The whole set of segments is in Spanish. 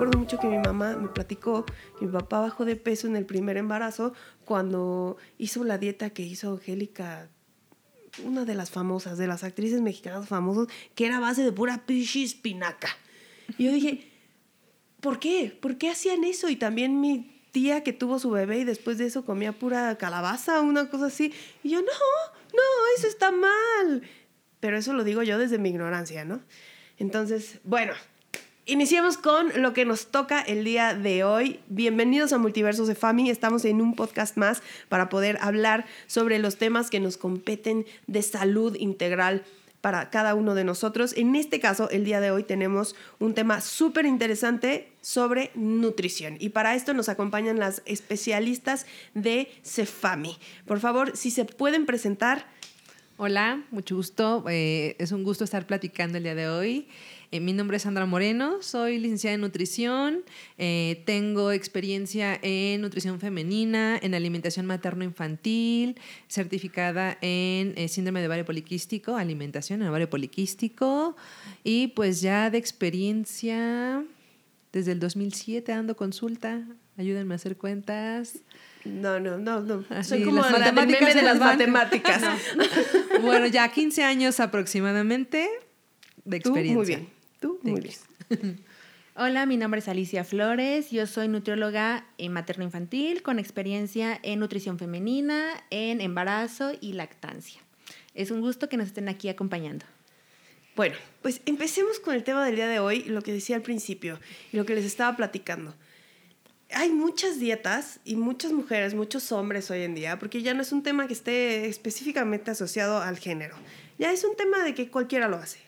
acuerdo mucho que mi mamá me platicó que mi papá bajó de peso en el primer embarazo cuando hizo la dieta que hizo Angélica, una de las famosas, de las actrices mexicanas famosas, que era a base de pura pichi espinaca. Y yo dije, ¿por qué? ¿Por qué hacían eso? Y también mi tía que tuvo su bebé y después de eso comía pura calabaza, una cosa así. Y yo, no, eso está mal. Pero eso lo digo yo desde mi ignorancia, ¿no? Entonces, bueno, iniciemos con lo que nos toca el día de hoy. Bienvenidos a Multiversos de Fami. Estamos en un podcast más para poder hablar sobre los temas que nos competen de salud integral para cada uno de nosotros. En este caso, el día de hoy tenemos un tema súper interesante sobre nutrición. Y para esto nos acompañan las especialistas de Cefami. Por favor, si se pueden presentar. Hola, mucho gusto. Es un gusto estar platicando el día de hoy. Mi nombre es Sandra Moreno, soy licenciada en nutrición, tengo experiencia en nutrición femenina, en alimentación materno-infantil, certificada en síndrome de ovario poliquístico, alimentación en ovario poliquístico, y pues ya de experiencia desde el 2007 dando consulta, ayúdenme a hacer cuentas. No. Así, soy como las la del meme de las matemáticas. No. Bueno, ya 15 años aproximadamente de experiencia. Tú muy bien. Muy bien. Hola, mi nombre es Alicia Flores, yo soy nutrióloga en materno-infantil con experiencia en nutrición femenina, en embarazo y lactancia. Es un gusto que nos estén aquí acompañando. Bueno, pues empecemos con el tema del día de hoy, lo que decía al principio y lo que les estaba platicando. Hay muchas dietas y muchas mujeres, muchos hombres hoy en día, porque ya no es un tema que esté específicamente asociado al género. Ya es un tema de que cualquiera lo hace.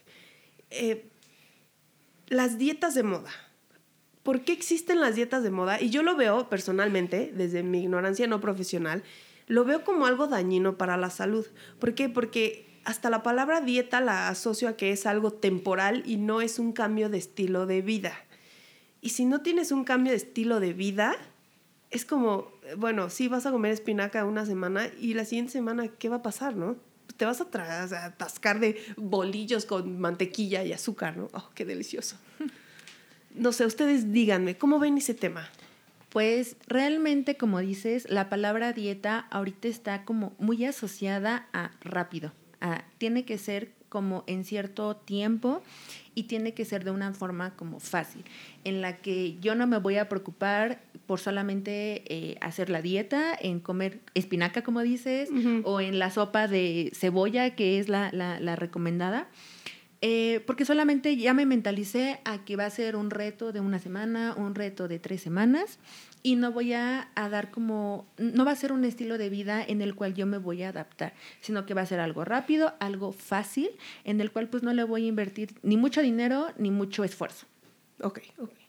Las dietas de moda. ¿Por qué existen las dietas de moda? Y yo lo veo personalmente, desde mi ignorancia no profesional, lo veo como algo dañino para la salud. ¿Por qué? Porque hasta la palabra dieta la asocio a que es algo temporal y no es un cambio de estilo de vida. Y si no tienes un cambio de estilo de vida, es como, bueno, sí vas a comer espinaca una semana y la siguiente semana, ¿qué va a pasar, no? Te vas a atascar de bolillos con mantequilla y azúcar, ¿no? ¡Oh, qué delicioso! No sé, ustedes díganme, ¿cómo ven ese tema? Pues realmente, como dices, la palabra dieta ahorita está como muy asociada a rápido. Tiene que ser como en cierto tiempo y tiene que ser de una forma como fácil, en la que yo no me voy a preocupar por solamente hacer la dieta, en comer espinaca, como dices, o en la sopa de cebolla, que es la recomendada, porque solamente ya me mentalicé a que va a ser un reto de una semana, un reto de 3 semanas, y no voy a dar no va a ser un estilo de vida en el cual yo me voy a adaptar, sino que va a ser algo rápido, algo fácil, en el cual pues no le voy a invertir ni mucho dinero ni mucho esfuerzo. Ok.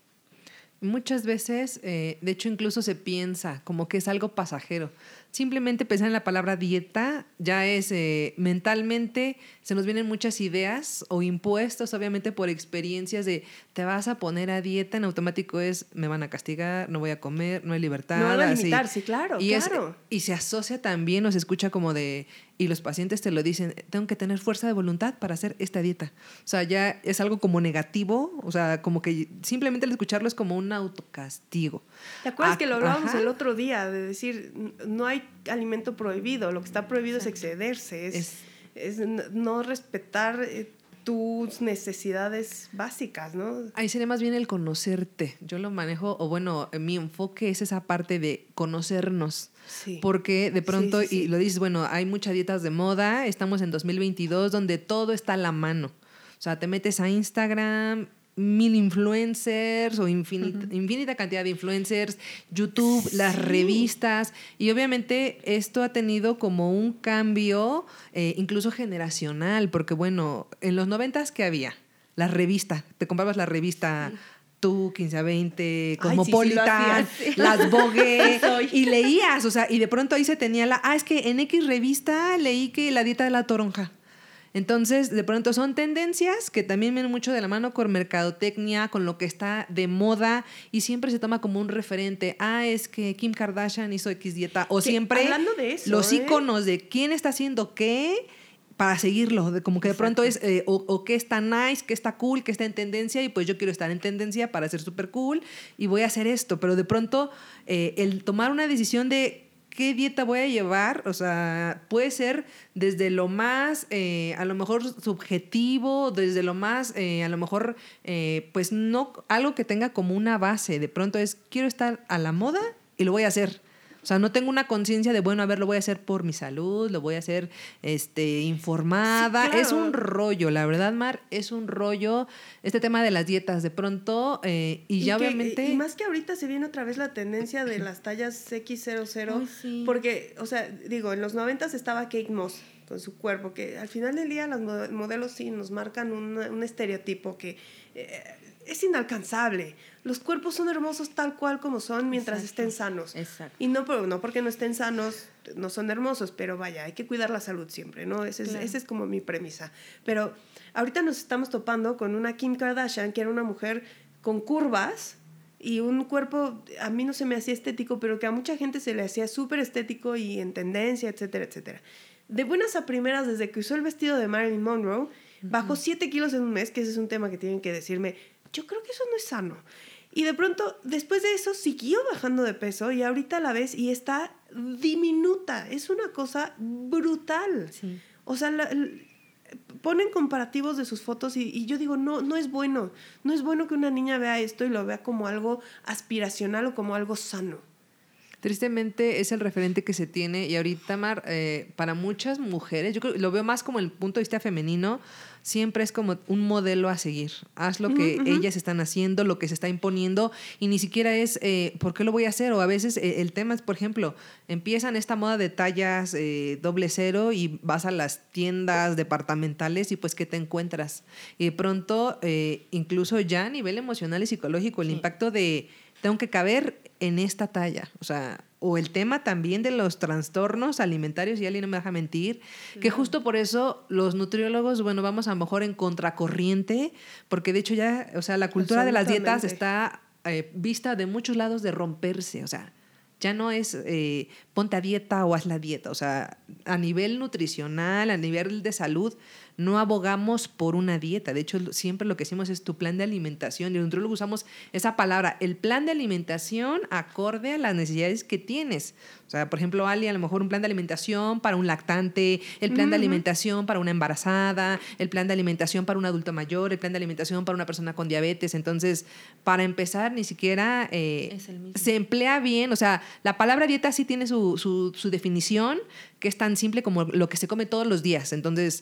Muchas veces, de hecho, incluso se piensa como que es algo pasajero. Simplemente pensar en la palabra dieta ya es mentalmente, se nos vienen muchas ideas o impuestos, obviamente por experiencias de te vas a poner a dieta, en automático es me van a castigar, no voy a comer, no hay libertad. Me van a así. limitar, sí, claro. Y se asocia también o se escucha como de, y los pacientes te lo dicen, tengo que tener fuerza de voluntad para hacer esta dieta. O sea, ya es algo como negativo, o sea, como que simplemente al escucharlo es como un autocastigo. ¿Te acuerdas que lo hablábamos el otro día? De decir, no hay alimento prohibido, lo que está prohibido es excederse, es no respetar tus necesidades básicas, ¿no? Ahí sería más bien el conocerte. Yo lo manejo, o bueno, mi enfoque es esa parte de conocernos. Sí. Porque de pronto, sí. Y lo dices, bueno, hay muchas dietas de moda, estamos en 2022 donde todo está a la mano. O sea, te metes a Instagram, 1000 influencers o infinita cantidad de influencers, YouTube, sí. Las revistas, y obviamente esto ha tenido como un cambio incluso generacional, porque bueno, en los 90s ¿qué había? La revista, te comprabas la revista sí. Tú, 15 a 20, Cosmopolitan, sí, las Vogue, y leías, o sea, y de pronto ahí se tenía es que en X revista leí que la dieta de la toronja. Entonces, de pronto son tendencias que también vienen mucho de la mano con mercadotecnia, con lo que está de moda, y siempre se toma como un referente. Es que Kim Kardashian hizo X dieta. O siempre hablando de eso, los íconos de quién está haciendo qué, para seguirlo, como que de pronto es o que está nice, que está cool, que está en tendencia y pues yo quiero estar en tendencia para ser súper cool y voy a hacer esto, pero de pronto el tomar una decisión de qué dieta voy a llevar, o sea, puede ser desde lo más a lo mejor subjetivo, desde lo más a lo mejor pues no algo que tenga como una base, de pronto es quiero estar a la moda y lo voy a hacer. O sea, no tengo una conciencia de, bueno, a ver, lo voy a hacer por mi salud, lo voy a hacer informada. Sí, claro. Es un rollo, la verdad, Mar, es un rollo este tema de las dietas. De pronto, y ya obviamente... Y más que ahorita se viene otra vez la tendencia de las tallas X00, ay, sí. Porque, o sea, digo, en los 90s estaba Kate Moss con su cuerpo, que al final del día los modelos sí nos marcan un estereotipo que... es inalcanzable. Los cuerpos son hermosos tal cual como son mientras estén sanos. Exacto. Y no porque no estén sanos no son hermosos, pero vaya, hay que cuidar la salud siempre, ¿no? Esa es como mi premisa. Pero ahorita nos estamos topando con una Kim Kardashian, que era una mujer con curvas y un cuerpo, a mí no se me hacía estético, pero que a mucha gente se le hacía súper estético y en tendencia, etcétera, etcétera. De buenas a primeras, desde que usó el vestido de Marilyn Monroe, bajó 7 kilos en un mes, que ese es un tema que tienen que decirme. Yo creo que eso no es sano. Y de pronto, después de eso, siguió bajando de peso y ahorita la ves y está diminuta. Es una cosa brutal. Sí. O sea, ponen comparativos de sus fotos y yo digo, no es bueno. No es bueno que una niña vea esto y lo vea como algo aspiracional o como algo sano. Tristemente es el referente que se tiene y ahorita, Mar, para muchas mujeres, yo creo lo veo más como el punto de vista femenino, siempre es como un modelo a seguir. Haz lo que ellas están haciendo, lo que se está imponiendo y ni siquiera es ¿por qué lo voy a hacer? O a veces el tema es, por ejemplo, empiezan esta moda de tallas 00 y vas a las tiendas departamentales y pues ¿qué te encuentras? Y de pronto, incluso ya a nivel emocional y psicológico, el impacto de tengo que caber en esta talla, o sea, o el tema también de los trastornos alimentarios, y Ali no me deja mentir, que justo por eso los nutriólogos, bueno, vamos a lo mejor en contracorriente, porque de hecho ya, o sea, la cultura de las dietas está vista de muchos lados de romperse, o sea, ya no es ponte a dieta o haz la dieta, o sea, a nivel nutricional, a nivel de salud, no abogamos por una dieta. De hecho, siempre lo que decimos es tu plan de alimentación. Y en el nutriólogo usamos esa palabra, el plan de alimentación acorde a las necesidades que tienes. O sea, por ejemplo, Ali, a lo mejor un plan de alimentación para un lactante, el plan de alimentación para una embarazada, el plan de alimentación para un adulto mayor, el plan de alimentación para una persona con diabetes. Entonces, para empezar, ni siquiera se emplea bien. O sea, la palabra dieta sí tiene su definición, que es tan simple como lo que se come todos los días. Entonces,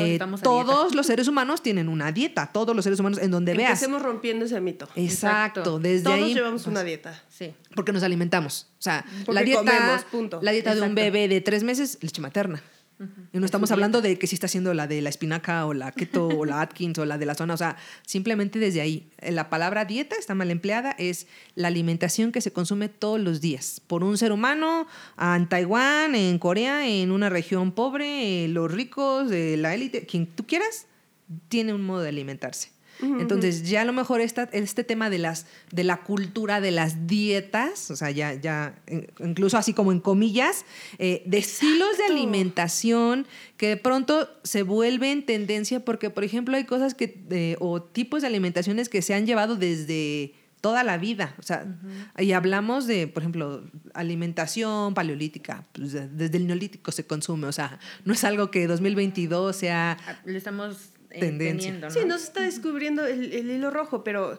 todos los seres humanos tienen una dieta, todos los seres humanos en donde veas. Empecemos rompiendo ese mito. Exacto. Desde todos ahí llevamos una dieta. Sí. Porque nos alimentamos. O sea, porque la dieta, comemos, punto. La dieta de un bebé de 3 meses, leche materna. Y no estamos hablando de que si está haciendo la de la espinaca o la keto o la Atkins o la de la zona. O sea, simplemente desde ahí. La palabra dieta está mal empleada. Es la alimentación que se consume todos los días por un ser humano en Taiwán, en Corea, en una región pobre, los ricos, la élite, quien tú quieras, tiene un modo de alimentarse. Entonces ya a lo mejor este tema de la cultura de las dietas, o sea, ya incluso así como en comillas, de estilos de alimentación que de pronto se vuelven tendencia porque, por ejemplo, hay cosas o tipos de alimentaciones que se han llevado desde toda la vida. O sea, y hablamos de, por ejemplo, alimentación paleolítica, pues desde el neolítico se consume, o sea, no es algo que 2022 sea... Le estamos... tendencia. ¿no? Sí, no se está descubriendo el hilo rojo, pero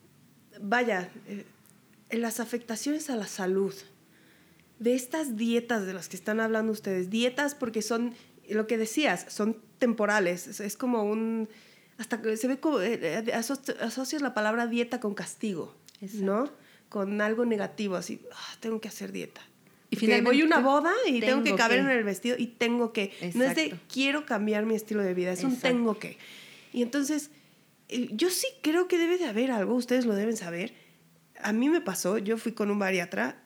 vaya, las afectaciones a la salud de estas dietas de las que están hablando ustedes, dietas porque son, lo que decías, son temporales, es como hasta que se ve como, asocias la palabra dieta con castigo, exacto, ¿no? Con algo negativo, así, tengo que hacer dieta. Y finalmente voy a una boda y tengo que caber en el vestido y tengo que. Exacto. No es de quiero cambiar mi estilo de vida, es un tengo que. Y entonces, yo sí creo que debe de haber algo, ustedes lo deben saber. A mí me pasó, yo fui con un bariatra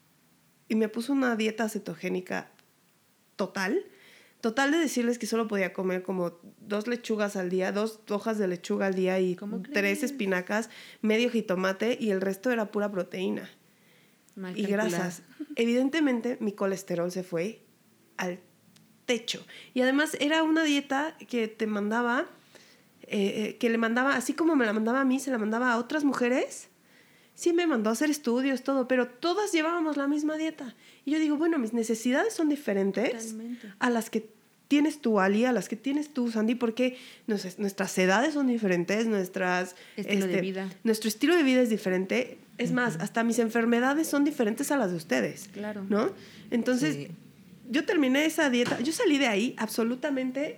y me puso una dieta cetogénica total de decirles que solo podía comer como 2 lechugas al día, 2 hojas de lechuga al día y 3 espinacas, medio jitomate y el resto era pura proteína. Y grasas. Evidentemente, mi colesterol se fue al techo. Y además era una dieta que te mandaba, que le mandaba, así como me la mandaba a mí, se la mandaba a otras mujeres. Sí me mandó a hacer estudios, todo, pero todas llevábamos la misma dieta. Y yo digo, bueno, mis necesidades son diferentes Totalmente. A las que tienes tú, Ali, a las que tienes tú, Sandy, porque nuestras edades son diferentes, nuestro estilo de vida es diferente. Es más, hasta mis enfermedades son diferentes a las de ustedes. Claro. ¿No? Entonces, yo terminé esa dieta, yo salí de ahí absolutamente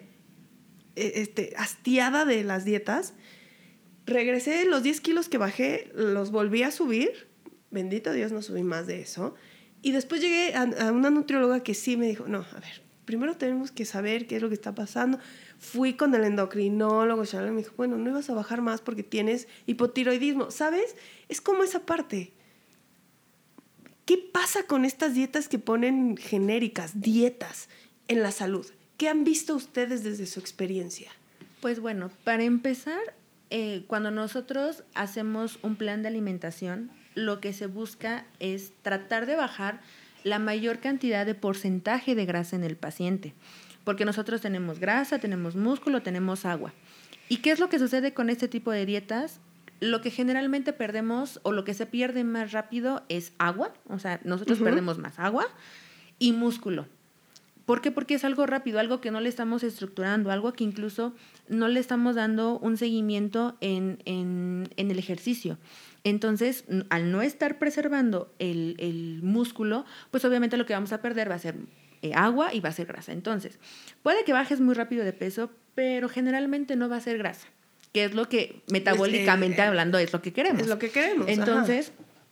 hastiada de las dietas. Regresé, los 10 kilos que bajé, los volví a subir. Bendito Dios, no subí más de eso. Y después llegué a una nutrióloga que sí me dijo, no, a ver, primero tenemos que saber qué es lo que está pasando. Fui con el endocrinólogo, y me dijo, bueno, no ibas a bajar más porque tienes hipotiroidismo. ¿Sabes? Es como esa parte. ¿Qué pasa con estas dietas que ponen genéricas, dietas en la salud? ¿Qué han visto ustedes desde su experiencia? Pues bueno, para empezar, cuando nosotros hacemos un plan de alimentación, lo que se busca es tratar de bajar la mayor cantidad de porcentaje de grasa en el paciente, porque nosotros tenemos grasa, tenemos músculo, tenemos agua. ¿Y qué es lo que sucede con este tipo de dietas? Lo que generalmente perdemos o lo que se pierde más rápido es agua, o sea, nosotros perdemos más agua y músculo. ¿Por qué? Porque es algo rápido, algo que no le estamos estructurando, algo que incluso no le estamos dando un seguimiento en el ejercicio. Entonces, al no estar preservando el músculo, pues obviamente lo que vamos a perder va a ser agua y va a ser grasa. Entonces, puede que bajes muy rápido de peso, pero generalmente no va a ser grasa, que es lo que metabólicamente hablando es lo que queremos. Es lo que queremos. Entonces,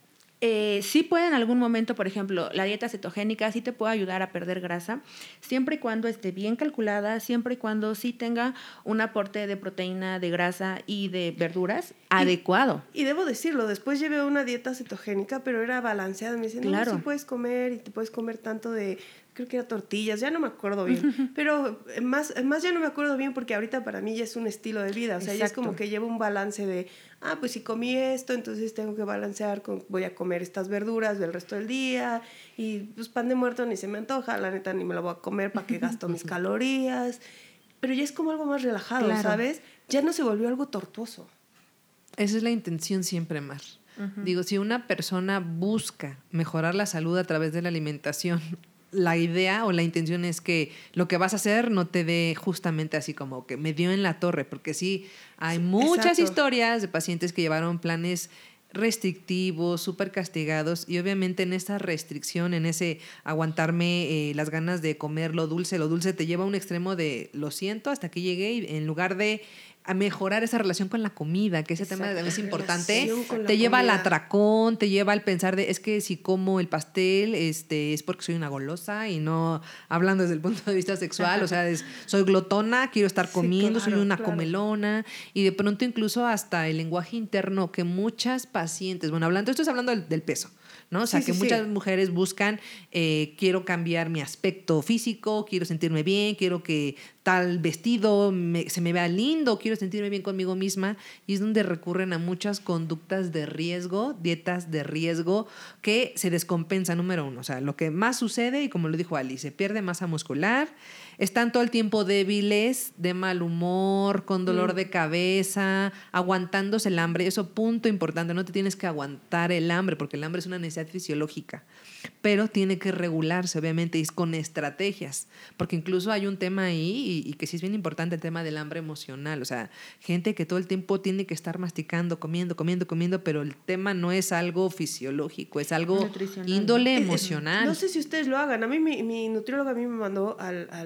sí puede en algún momento, por ejemplo, la dieta cetogénica sí te puede ayudar a perder grasa, siempre y cuando esté bien calculada, siempre y cuando sí tenga un aporte de proteína, de grasa y de verduras adecuado. Y debo decirlo, después llevé una dieta cetogénica, pero era balanceada. Me decían, claro, no, sí puedes comer y te puedes comer tanto de, creo que era tortillas, ya no me acuerdo bien. Pero más ya no me acuerdo bien porque ahorita para mí ya es un estilo de vida. O sea, ya es como que llevo un balance de, pues si comí esto, entonces tengo que balancear, voy a comer estas verduras del resto del día. Y pues pan de muerto ni se me antoja, la neta ni me lo voy a comer para que gasto mis calorías. Pero ya es como algo más relajado, claro, ¿sabes? Ya no se volvió algo tortuoso. Esa es la intención siempre, Mar. Digo, si una persona busca mejorar la salud a través de la alimentación, la idea o la intención es que lo que vas a hacer no te dé justamente así como que me dio en la torre, porque sí, hay muchas historias de pacientes que llevaron planes restrictivos, súper castigados, y obviamente en esa restricción, en ese aguantarme las ganas de comer lo dulce te lleva a un extremo de lo siento, hasta aquí llegué, y en lugar de a mejorar esa relación con la comida, que ese tema es importante, te lleva al atracón, te lleva al pensar de, es que si como el pastel es porque soy una golosa, y no hablando desde el punto de vista sexual, o sea, soy glotona, quiero estar comiendo, soy una comelona, y de pronto incluso hasta el lenguaje interno que muchas pacientes, esto es hablando del peso, ¿no? O sea, que muchas mujeres buscan, quiero cambiar mi aspecto físico, quiero sentirme bien, quiero que tal vestido se me vea lindo, quiero sentirme bien conmigo misma, y es donde recurren a muchas conductas de riesgo, dietas de riesgo, que se descompensan, número uno. O sea, lo que más sucede, y como lo dijo Ali, se pierde masa muscular, están todo el tiempo débiles, de mal humor, con dolor de cabeza, aguantándose el hambre. Eso, punto importante, no te tienes que aguantar el hambre, porque el hambre es una necesidad fisiológica, pero tiene que regularse, obviamente, y es con estrategias, porque incluso hay un tema ahí, y que sí es bien importante, el tema del hambre emocional. O sea, gente que todo el tiempo tiene que estar masticando, comiendo, pero el tema no es algo fisiológico, es algo índole emocional. No sé si ustedes lo hagan. A mí mi nutrióloga a mí me mandó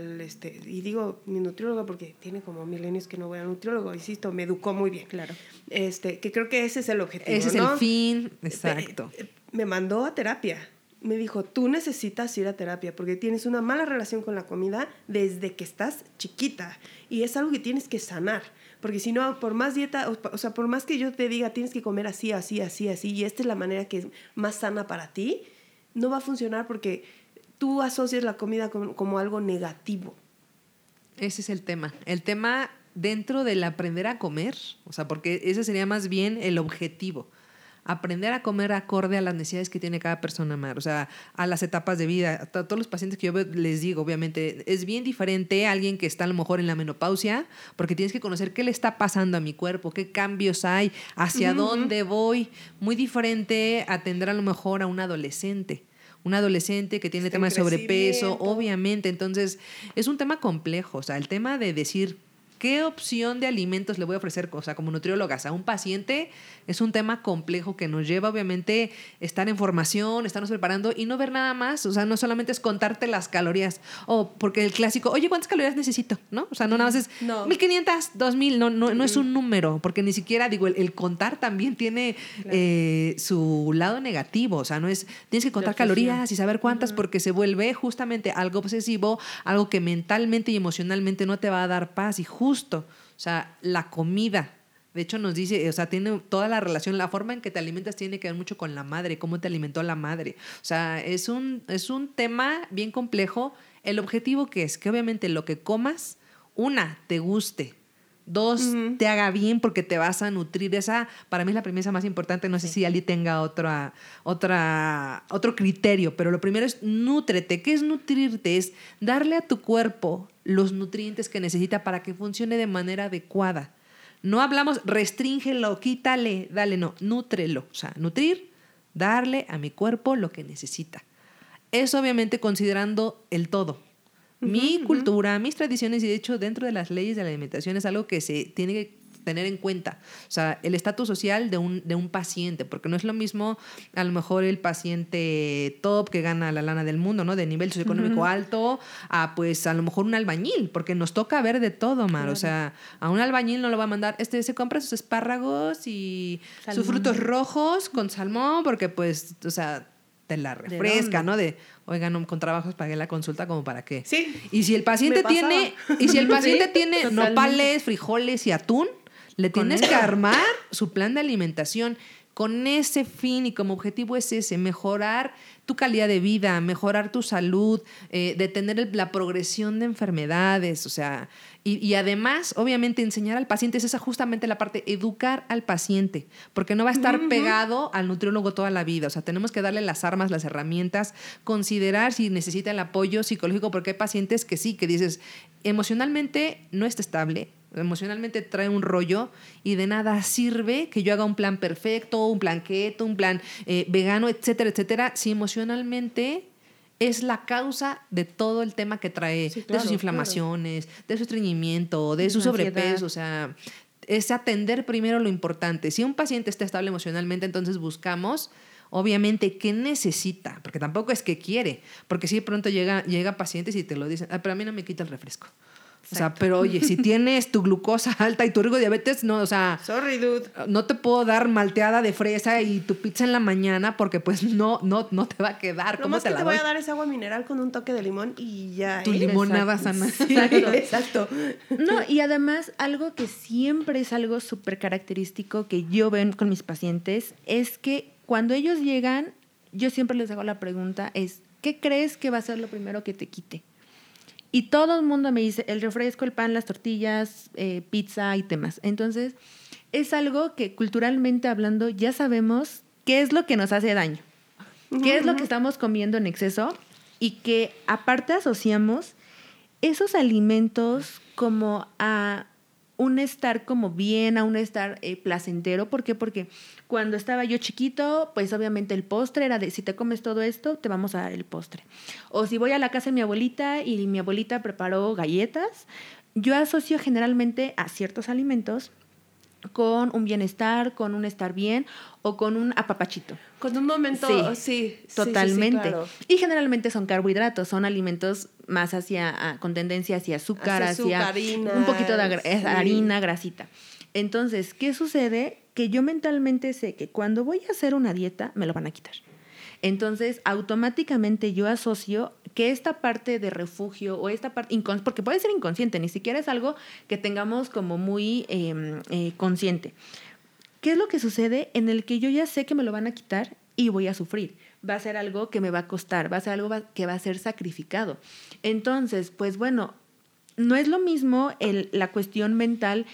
y digo mi nutrióloga porque tiene como milenios que no voy al nutriólogo, insisto, me educó muy bien. Claro. Que creo que ese es el objetivo, ese es el fin, exacto. Me mandó a terapia. Me dijo, tú necesitas ir a terapia porque tienes una mala relación con la comida desde que estás chiquita, y es algo que tienes que sanar, porque si no, por más dieta, o sea, por más que yo te diga tienes que comer así, y esta es la manera que es más sana para ti, no va a funcionar porque tú asocias la comida como algo negativo. Ese es el tema dentro del aprender a comer, o sea, porque ese sería más bien el objetivo. aprender a comer acorde a las necesidades que tiene cada persona, Mar, o sea, a las etapas de vida. A todos los pacientes que yo veo, les digo, obviamente, es bien diferente a alguien que está a lo mejor en la menopausia, porque tienes que conocer qué le está pasando a mi cuerpo, qué cambios hay, hacia dónde voy. Muy diferente atender a lo mejor a un adolescente que tiene temas de sobrepeso, obviamente. Entonces, es un tema complejo, o sea, el tema de decir qué opción de alimentos le voy a ofrecer, o sea, como nutriólogas a un paciente, es un tema complejo que nos lleva, obviamente, estar en formación, estarnos preparando y no ver nada más, o sea, no solamente es contarte las calorías, o porque el clásico, oye, ¿cuántas calorías necesito? ¿No? O sea, no nada más es 1,500, 2,000, no es un número, porque ni siquiera, digo, el contar también tiene su lado negativo, o sea, no es, tienes que contar calorías y saber cuántas, porque se vuelve justamente algo obsesivo, algo que mentalmente y emocionalmente no te va a dar paz, y justo, o sea, la comida, de hecho nos dice, o sea, tiene toda la relación, la forma en que te alimentas tiene que ver mucho con la madre, cómo te alimentó la madre. O sea, es un tema bien complejo. El objetivo que es que obviamente lo que comas, 1, te guste, 2, te haga bien porque te vas a nutrir. Esa para mí es la premisa más importante. No sé si alguien tenga otro criterio, pero lo primero es nútrete. ¿Qué es nutrirte? Es darle a tu cuerpo los nutrientes que necesita para que funcione de manera adecuada. No hablamos restríngelo, quítale, dale, no, nútrelo. O sea, nutrir, darle a mi cuerpo lo que necesita. Eso obviamente considerando el todo. Mi cultura, mis tradiciones, y de hecho dentro de las leyes de la alimentación es algo que se tiene que tener en cuenta. O sea, el estatus social de un paciente, porque no es lo mismo a lo mejor el paciente top que gana la lana del mundo, ¿no? De nivel socioeconómico alto, a pues a lo mejor un albañil, porque nos toca ver de todo, Mar. Claro. O sea, a un albañil no lo va a mandar, se compra sus espárragos y sus frutos rojos con salmón, porque pues, o sea, te la refresca, ¿no? Oigan, con trabajos pagué la consulta, ¿como para qué? Sí. Y si el paciente tiene nopales, frijoles y atún, le tienes que armar su plan de alimentación con ese fin, y como objetivo es ese, mejorar tu calidad de vida, mejorar tu salud, detener la progresión de enfermedades, o sea, y además, obviamente, enseñar al paciente, es esa justamente la parte, educar al paciente, porque no va a estar pegado al nutriólogo toda la vida, o sea, tenemos que darle las armas, las herramientas, considerar si necesita el apoyo psicológico, porque hay pacientes que sí, que dices, emocionalmente no está estable, emocionalmente trae un rollo y de nada sirve que yo haga un plan perfecto, un plan keto, un plan vegano, etcétera, etcétera, si emocionalmente es la causa de todo el tema que trae, de sus inflamaciones, de su estreñimiento, de su sobrepeso, o sea, es atender primero lo importante. Si un paciente está estable emocionalmente, entonces buscamos obviamente qué necesita, porque tampoco es que quiere, porque si de pronto llega pacientes y te lo dicen, pero a mí no me quita el refresco. Exacto. O sea, pero oye, si tienes tu glucosa alta y tu riesgo de diabetes, no, o sea... Sorry, dude. No te puedo dar malteada de fresa y tu pizza en la mañana porque pues no te va a quedar. Lo más que te voy a dar es agua mineral con un toque de limón y ya. Tu limonada sana. Sí, exacto. No, y además algo que siempre es algo súper característico que yo veo con mis pacientes es que cuando ellos llegan, yo siempre les hago la pregunta es, ¿qué crees que va a ser lo primero que te quite? Y todo el mundo me dice, el refresco, el pan, las tortillas, pizza y demás. Entonces, es algo que culturalmente hablando ya sabemos qué es lo que nos hace daño, qué es lo que estamos comiendo en exceso y que aparte asociamos esos alimentos como a un estar como bien, a un estar placentero. ¿Por qué? Porque cuando estaba yo chiquito, pues obviamente el postre era de si te comes todo esto, te vamos a dar el postre. O si voy a la casa de mi abuelita y mi abuelita preparó galletas, yo asocio generalmente a ciertos alimentos con un bienestar, con un estar bien o con un apapachito. Con un momento, sí. Totalmente. Sí, claro. Y generalmente son carbohidratos, son alimentos más con tendencia hacia azúcar, hacia harina, un poquito de harina, grasita. Entonces, ¿qué sucede? Que yo mentalmente sé que cuando voy a hacer una dieta me lo van a quitar. Entonces, automáticamente yo asocio que esta parte de refugio o esta parte, porque puede ser inconsciente, ni siquiera es algo que tengamos como muy consciente. ¿Qué es lo que sucede? En el que yo ya sé que me lo van a quitar y voy a sufrir. Va a ser algo que me va a costar, va a ser algo que va a ser sacrificado. Entonces, pues bueno, no es lo mismo la cuestión mental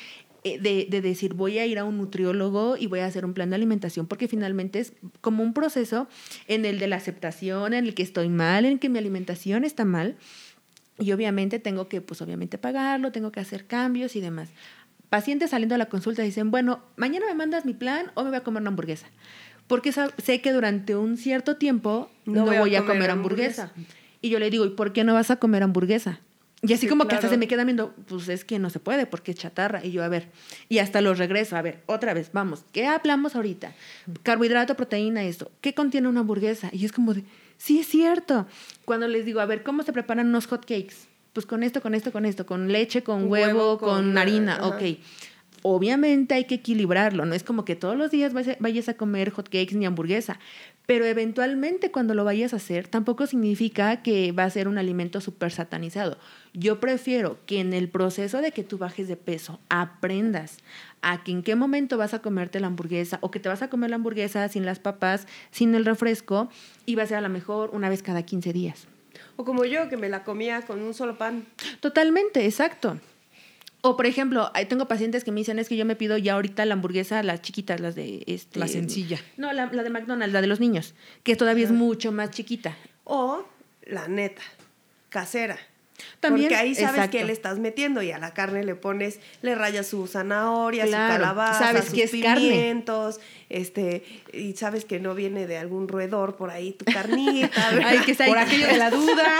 de decir voy a ir a un nutriólogo y voy a hacer un plan de alimentación, porque finalmente es como un proceso en el de la aceptación, en el que estoy mal, en el que mi alimentación está mal. Y obviamente tengo que, pues obviamente pagarlo, tengo que hacer cambios y demás. Pacientes saliendo a la consulta dicen, bueno, mañana me mandas mi plan o me voy a comer una hamburguesa. Porque sé que durante un cierto tiempo no voy a comer hamburguesa. Y yo le digo, ¿y por qué no vas a comer hamburguesa? Y así como que hasta se me queda viendo, pues es que no se puede porque es chatarra. Y yo, a ver, y hasta los regreso, a ver, otra vez, vamos, ¿qué hablamos ahorita? Carbohidrato, proteína, esto. ¿Qué contiene una hamburguesa? Y es como de, sí, es cierto. Cuando les digo, a ver, ¿cómo se preparan unos hot cakes? Pues con esto, con leche, con huevo, con harina, ok. Obviamente hay que equilibrarlo, no es como que todos los días vayas a comer hot cakes ni hamburguesa, pero eventualmente cuando lo vayas a hacer tampoco significa que va a ser un alimento súper satanizado. Yo prefiero que en el proceso de que tú bajes de peso aprendas a que en qué momento vas a comerte la hamburguesa o que te vas a comer la hamburguesa sin las papas, sin el refresco y va a ser a lo mejor una vez cada 15 días. O como yo, que me la comía con un solo pan. Totalmente, exacto. O, por ejemplo, tengo pacientes que me dicen, es que yo me pido ya ahorita la hamburguesa, las chiquitas, las de... La sencilla. No, la de McDonald's, la de los niños, que todavía es mucho más chiquita. O la neta, casera. También, porque ahí sabes exacto. que le estás metiendo y a la carne le rayas su zanahoria, su calabaza, sabes sus que es pimientos, y sabes que no viene de algún roedor por ahí tu carnita, Ay, que por aquello de la duda,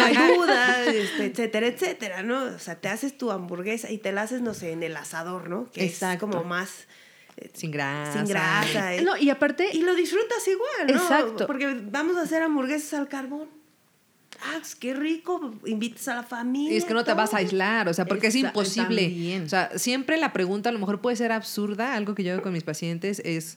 etcétera, etcétera, ¿no? O sea, te haces tu hamburguesa y te la haces, no sé, en el asador, ¿no? Que exacto. es como más... Sin grasa. Sin grasa. No, y aparte... Y lo disfrutas igual, ¿no? Exacto. Porque vamos a hacer hamburguesas al carbón. Pues qué rico, invitas a la familia. Y es que no te vas a aislar, o sea, porque es imposible. También. O sea, siempre la pregunta a lo mejor puede ser absurda. Algo que yo hago con mis pacientes es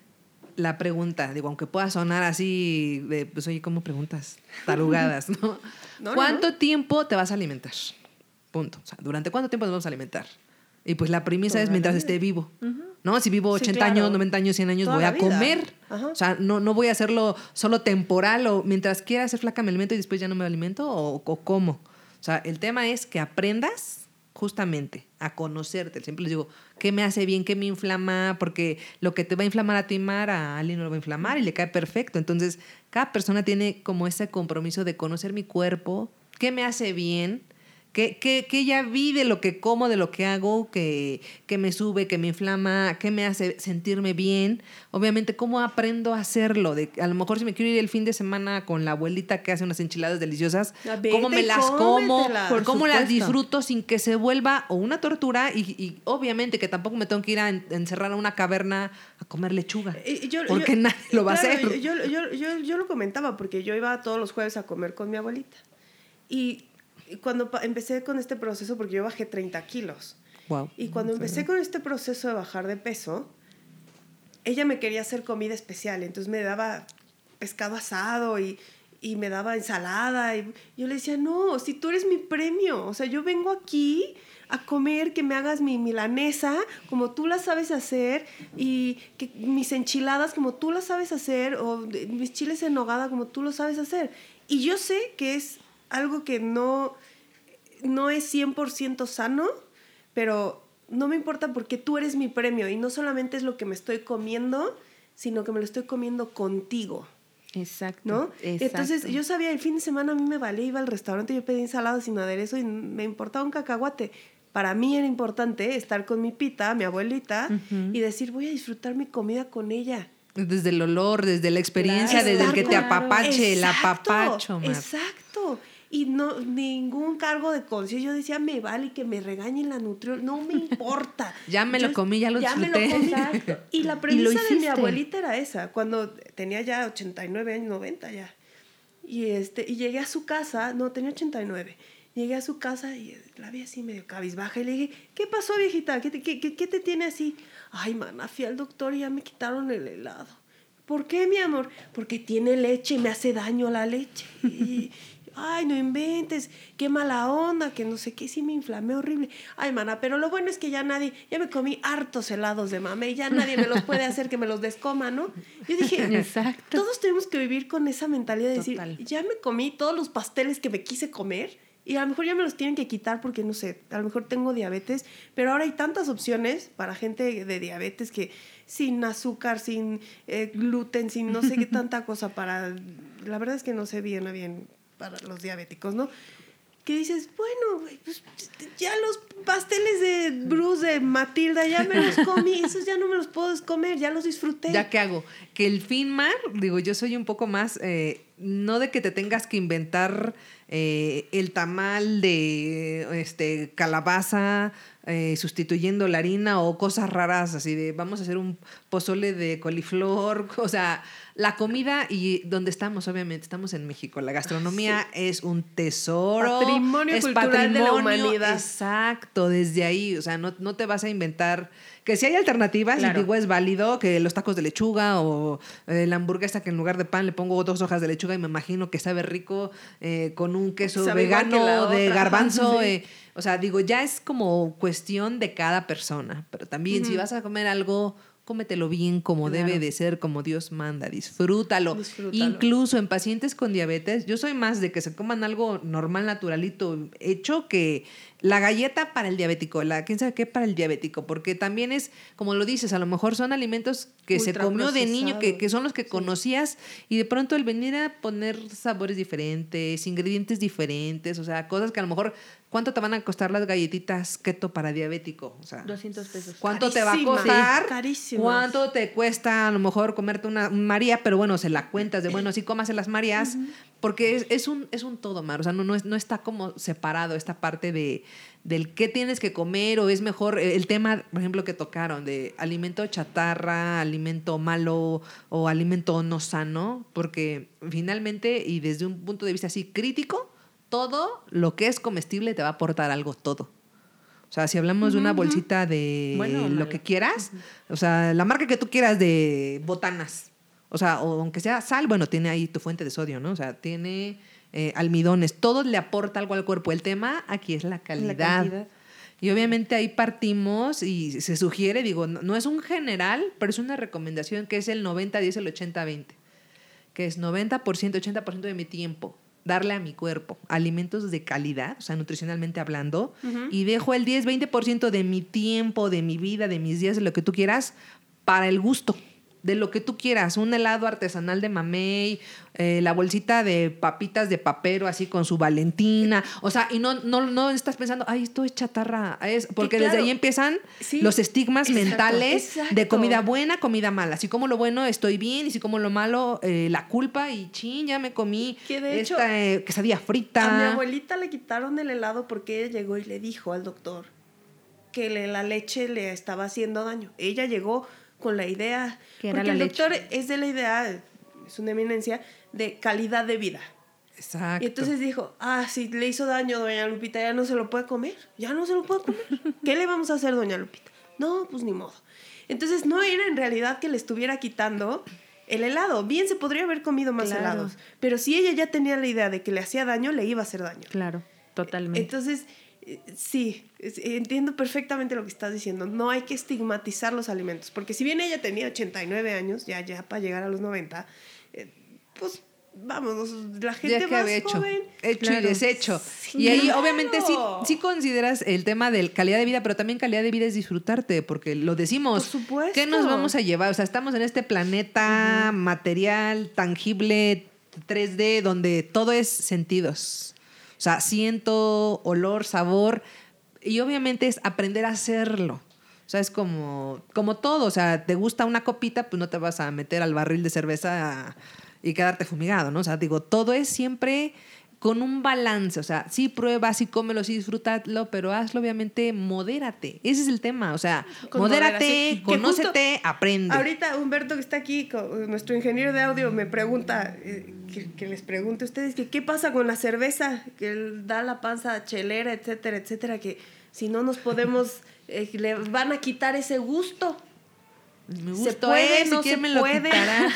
la pregunta. Digo, aunque pueda sonar así, pues oye, ¿cómo preguntas? Tarugadas, ¿no? ¿Cuánto tiempo te vas a alimentar? Punto. O sea, ¿durante cuánto tiempo nos vamos a alimentar? Y pues la premisa es mientras esté vivo. ¿No? Si vivo 80 años, 90 años, 100 años, voy a comer. O sea, no voy a hacerlo solo temporal o mientras quiera ser flaca me alimento y después ya no me alimento o ¿cómo? O sea, el tema es que aprendas justamente a conocerte. Siempre les digo, ¿qué me hace bien? ¿Qué me inflama? Porque lo que te va a inflamar a ti, Mar, a alguien no lo va a inflamar y le cae perfecto. Entonces, cada persona tiene como ese compromiso de conocer mi cuerpo, qué me hace bien, que ya vi de lo que como, de lo que hago, que me sube, que me inflama, que me hace sentirme bien. Obviamente, ¿cómo aprendo a hacerlo? A lo mejor si me quiero ir el fin de semana con la abuelita que hace unas enchiladas deliciosas, ¿cómo me las como? ¿Cómo las disfruto sin que se vuelva o una tortura? Y obviamente que tampoco me tengo que ir a encerrar a una caverna a comer lechuga. Porque nadie lo va a hacer. Yo lo comentaba porque yo iba todos los jueves a comer con mi abuelita. Y cuando empecé con este proceso, porque yo bajé 30 kilos. Wow. Y cuando empecé con este proceso de bajar de peso, ella me quería hacer comida especial. Entonces me daba pescado asado y me daba ensalada. Y yo le decía, no, si tú eres mi premio. O sea, yo vengo aquí a comer, que me hagas mi milanesa como tú la sabes hacer y que mis enchiladas como tú las sabes hacer o mis chiles en nogada como tú lo sabes hacer. Y yo sé que es algo que no es 100% sano, pero no me importa porque tú eres mi premio y no solamente es lo que me estoy comiendo, sino que me lo estoy comiendo contigo. Exacto. ¿No? Exacto. Entonces, yo sabía, el fin de semana a mí me valía, iba al restaurante, yo pedí ensalada sin aderezo y me importaba un cacahuate. Para mí era importante estar con mi pita, mi abuelita, y decir, voy a disfrutar mi comida con ella. Desde el olor, desde la experiencia, desde el que te apapache, el apapacho. Exacto. Y no, ningún cargo de conciencia. Yo decía, me vale que me regañe la nutrióloga, no me importa. Ya me lo comí, ya lo disfruté. Exacto. Y la premisa de mi abuelita era esa, cuando tenía ya 89 años, 90 ya. Y llegué a su casa, no, tenía 89. Llegué a su casa y la vi así medio cabizbaja y le dije, ¿qué pasó, viejita? ¿Qué te tiene así? Ay, mana, fui al doctor y ya me quitaron el helado. ¿Por qué, mi amor? Porque tiene leche y me hace daño la leche. Y, ay, no inventes, qué mala onda, que no sé qué, sí me inflamé horrible. Ay, mana, pero lo bueno es que ya me comí hartos helados de mame y ya nadie me los puede hacer que me los descoma, ¿no? Yo dije, exacto, todos tenemos que vivir con esa mentalidad de decir, ya me comí todos los pasteles que me quise comer y a lo mejor ya me los tienen que quitar porque, no sé, a lo mejor tengo diabetes, pero ahora hay tantas opciones para gente de diabetes que sin azúcar, sin gluten, sin no sé qué tanta cosa para... La verdad es que no sé bien para los diabéticos, ¿no? Que dices, bueno, pues ya los pasteles de Bruce, de Matilda, ya me los comí, esos ya no me los puedo comer, ya los disfruté. ¿Ya qué hago? Que el Finmar, digo, yo soy un poco más, no de que te tengas que inventar el tamal de calabaza sustituyendo la harina o cosas raras así de vamos a hacer un pozole de coliflor, o sea, la comida y donde estamos, obviamente, estamos en México, la gastronomía es un tesoro. Patrimonio cultural de la humanidad. Exacto, desde ahí, o sea, no te vas a inventar, que si hay alternativas, claro. Y digo, es válido, que los tacos de lechuga o la hamburguesa que en lugar de pan le pongo 2 hojas de lechuga y me imagino que sabe rico con un queso vegano de garbanzo, sí. O sea, digo, ya es como cuestión de cada persona, pero también si vas a comer algo, cómetelo bien como debe de ser, como Dios manda, disfrútalo. Incluso en pacientes con diabetes, yo soy más de que se coman algo normal, naturalito, hecho, que la galleta para el diabético, quién sabe qué para el diabético, porque también es, como lo dices, a lo mejor son alimentos que se comió de niño, que son los que conocías, y de pronto el venir a poner sabores diferentes, ingredientes diferentes, o sea, cosas que a lo mejor, ¿cuánto te van a costar las galletitas keto para diabético? O sea, $200. ¿Cuánto te va a costar? Sí, carísimo. ¿Cuánto te cuesta a lo mejor comerte una María? Pero bueno, se la cuentas de, bueno, sí, cómase las Marías, porque es un todo, Mar. O sea, no está como separado esta parte del qué tienes que comer, o es mejor el tema, por ejemplo, que tocaron de alimento chatarra, alimento malo o alimento no sano, porque finalmente, y desde un punto de vista así crítico, todo lo que es comestible te va a aportar algo, todo. O sea, si hablamos de una bolsita de lo que quieras, o sea, la marca que tú quieras de botanas, o sea, o aunque sea sal, bueno, tiene ahí tu fuente de sodio, ¿no? O sea, tiene almidones, todo le aporta algo al cuerpo. El tema aquí es la calidad. Y obviamente ahí partimos y se sugiere, digo, no es un general, pero es una recomendación que es el 90-10, el 80-20, que es 90%, 80% de mi tiempo darle a mi cuerpo alimentos de calidad, o sea, nutricionalmente hablando, y dejo el 10-20% de mi tiempo, de mi vida, de mis días, de lo que tú quieras, para el gusto, de lo que tú quieras. Un helado artesanal de mamey, la bolsita de papitas de papero así con su Valentina, o sea, y no estás pensando, ay, esto es chatarra, porque claro, desde ahí empiezan los estigmas mentales de comida buena, comida mala. Si como lo bueno estoy bien, y si como lo malo, la culpa, y chin, ya me comí esta quesadilla frita. A mi abuelita le quitaron el helado porque ella llegó y le dijo al doctor que la leche le estaba haciendo daño. Ella llegó con la idea, porque el doctor es de la idea, es una eminencia, de calidad de vida. Exacto. Y entonces dijo, si le hizo daño doña Lupita, ya no se lo puede comer, ¿Qué le vamos a hacer, doña Lupita? No, pues ni modo. Entonces no era en realidad que le estuviera quitando el helado, bien se podría haber comido más helados, pero si ella ya tenía la idea de que le hacía daño, le iba a hacer daño. Claro, totalmente. Entonces, sí, entiendo perfectamente lo que estás diciendo. No hay que estigmatizar los alimentos, porque si bien ella tenía 89 años, ya para llegar a los 90, pues vamos, la gente más joven. Hecho y deshecho. Sí, y ahí obviamente sí consideras el tema de calidad de vida, pero también calidad de vida es disfrutarte, porque lo decimos. Por supuesto. ¿Qué nos vamos a llevar? O sea, estamos en este planeta material, tangible, 3D, donde todo es sentidos. O sea, siento, olor, sabor, y obviamente es aprender a hacerlo. O sea, es como todo. O sea, te gusta una copita, pues no te vas a meter al barril de cerveza y quedarte fumigado, ¿no? O sea, digo, todo es siempre con un balance. O sea, sí prueba, sí cómelo, sí disfrútalo, pero hazlo obviamente, modérate. Ese es el tema. O sea, modérate, conócete, aprende. Ahorita Humberto, que está aquí, nuestro ingeniero de audio, me pregunta, que les pregunte a ustedes, que qué pasa con la cerveza, que da la panza chelera, etcétera, etcétera, que si no nos podemos, le van a quitar ese gusto. Me gustó, no se puede.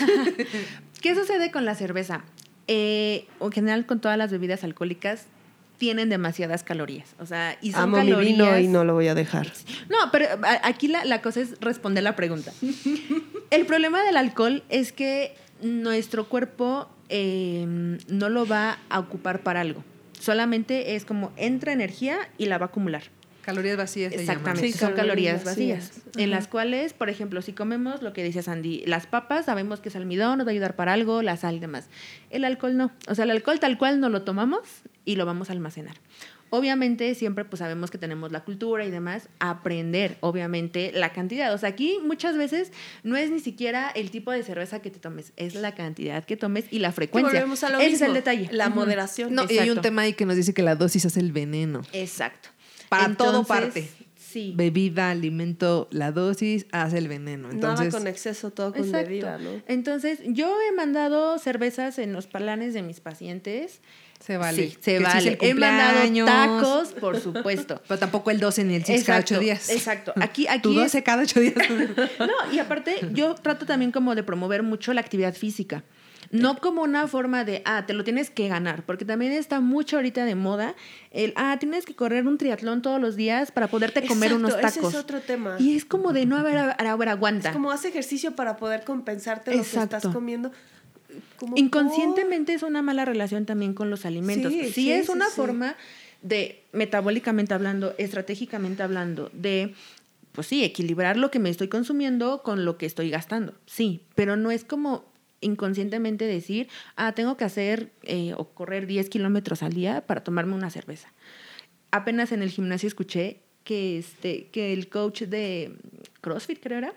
¿Qué sucede con la cerveza? En general, con todas las bebidas alcohólicas, tienen demasiadas calorías. O sea, y son amo calorías... mi vino y no lo voy a dejar. No, pero aquí la cosa es responder la pregunta. El problema del alcohol es que nuestro cuerpo no lo va a ocupar para algo, Solamente es como entra energía y la va a acumular. Calorías vacías. Exactamente, sí, son calorías vacías. En las cuales, por ejemplo, si comemos lo que dice Sandy, las papas, sabemos que es almidón, nos va a ayudar para algo, la sal y demás. El alcohol no. O sea, el alcohol tal cual no lo tomamos y lo vamos a almacenar. Obviamente, siempre pues sabemos que tenemos la cultura y demás, aprender, obviamente, la cantidad. O sea, aquí muchas veces no es ni siquiera el tipo de cerveza que te tomes, es la cantidad que tomes y la frecuencia. Volvemos a lo Ese mismo, es el detalle. La moderación. No, y hay un tema ahí que nos dice que la dosis hace el veneno. Exacto. Para todo parte. Sí. Bebida, alimento, la dosis hace el veneno. Entonces, nada con exceso, todo con medida, ¿no? Entonces, yo he mandado cervezas en los planes de mis pacientes. Se vale. Sí, se vale. He mandado tacos, por supuesto. Pero tampoco el 12 ni el 6 cada 8 días. Exacto. Aquí tu 12 cada 8 días. No, y aparte, yo trato también como de promover mucho la actividad física. No como una forma de, te lo tienes que ganar, porque también está mucho ahorita de moda el, tienes que correr un triatlón todos los días para poderte comer unos tacos. Ese es otro tema. Y es como de, no, a ver, aguanta. Es como haz ejercicio para poder compensarte lo que estás comiendo. Inconscientemente es una mala relación también con los alimentos. Sí, es una forma de, metabólicamente hablando, estratégicamente hablando, de, pues sí, equilibrar lo que me estoy consumiendo con lo que estoy gastando. Sí, pero no es como inconscientemente decir, tengo que hacer o correr 10 kilómetros al día para tomarme una cerveza. Apenas en el gimnasio escuché que el coach de CrossFit, creo era,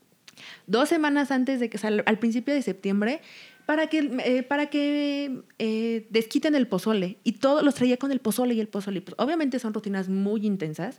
2 semanas antes de que salga, al principio de septiembre, para que desquiten el pozole. Y todos los traía con el pozole y el pozole. Pues, obviamente son rutinas muy intensas.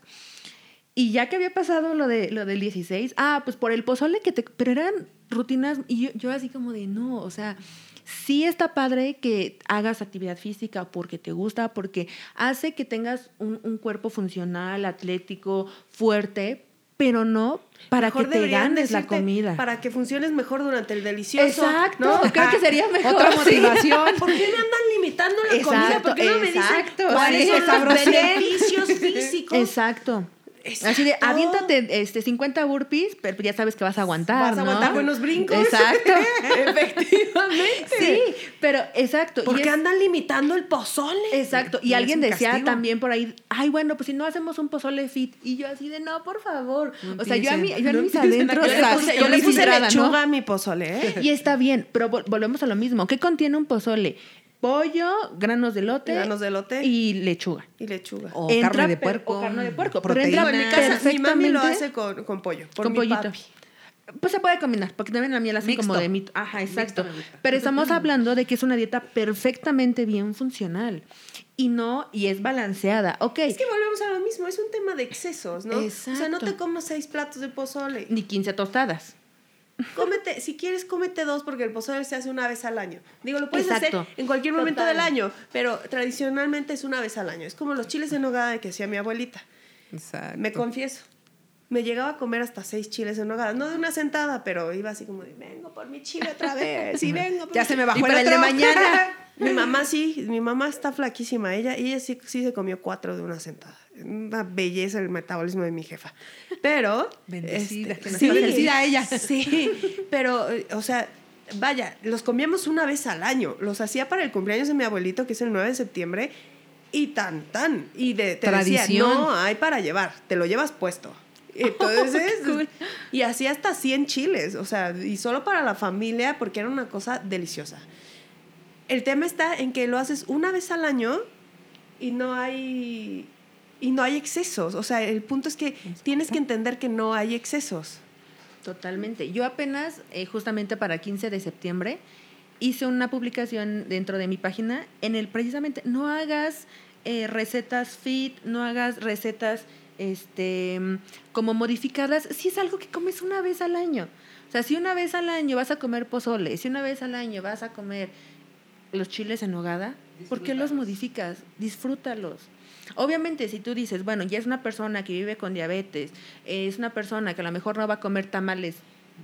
Y ya que había pasado lo del 16, pues por el pozole pero eran rutinas, y yo así como de no, o sea, sí está padre que hagas actividad física porque te gusta, porque hace que tengas un cuerpo funcional, atlético, fuerte, pero no para mejor que te ganes la comida. Para que funciones mejor durante el delicioso. Exacto, ¿no? Creo que sería mejor. Otra motivación. ¿Por qué me andan limitando la comida? ¿Por qué no me dicen cuáles son los beneficios físicos? Exacto. Exacto. Así de, aviéntate 50 burpees, pero ya sabes que vas a aguantar, Vas a aguantar buenos brincos. Exacto. Efectivamente. Sí, pero exacto. ¿Por qué andan limitando el pozole? Exacto. Y alguien decía también por ahí, bueno, pues si no hacemos un pozole fit. Y yo así de, no, por favor. O sea, yo en mis adentros... Yo le puse lechuga a mi pozole, ¿eh? Y está bien, pero volvemos a lo mismo. ¿Qué contiene un pozole? Pollo, granos de elote y lechuga. O carne de puerco. Pero entra en mi casa, mi mami lo hace con pollo. Con pollito. Papi. Pues se puede combinar, porque también a mí la hacen como de mito. Ajá, exacto. Pero estamos hablando de que es una dieta perfectamente bien funcional. Y es balanceada. Okay. Es que volvemos a lo mismo, es un tema de excesos, ¿no? Exacto. O sea, no te comas 6 platos de pozole. Ni 15 tostadas. Si quieres, cómete 2 porque el pozole se hace una vez al año. Digo, lo puedes hacer en cualquier momento del año, pero tradicionalmente es una vez al año. Es como los chiles en nogada que hacía mi abuelita. Exacto. Me confieso. Me llegaba a comer hasta 6 chiles en nogada. No de una sentada, pero iba así como de, vengo por mi chile otra vez. Y vengo ya se me bajó el de mañana. Mi mamá está flaquísima. Ella sí se comió 4 de una sentada. Una belleza el metabolismo de mi jefa. Pero... Bendecida, que nos sí, bendecida a ella. Sí, pero, o sea, vaya, los comíamos una vez al año. Los hacía para el cumpleaños de mi abuelito, que es el 9 de septiembre, y y te decía, no hay para llevar, te lo llevas puesto. Entonces, cool. Y hacía hasta 100 chiles, o sea, y solo para la familia, porque era una cosa deliciosa. El tema está en que lo haces una vez al año y no hay excesos. O sea, el punto es que tienes que entender que no hay excesos. Totalmente. Yo apenas, justamente para 15 de septiembre, hice una publicación dentro de mi página precisamente, no hagas recetas fit, no hagas recetas como modificadas, si es algo que comes una vez al año. O sea, si una vez al año vas a comer pozole, si una vez al año vas a comer los chiles en nogada, ¿por qué los modificas? Disfrútalos. Obviamente, si tú dices, bueno, ya es una persona que vive con diabetes, es una persona que a lo mejor no va a comer tamales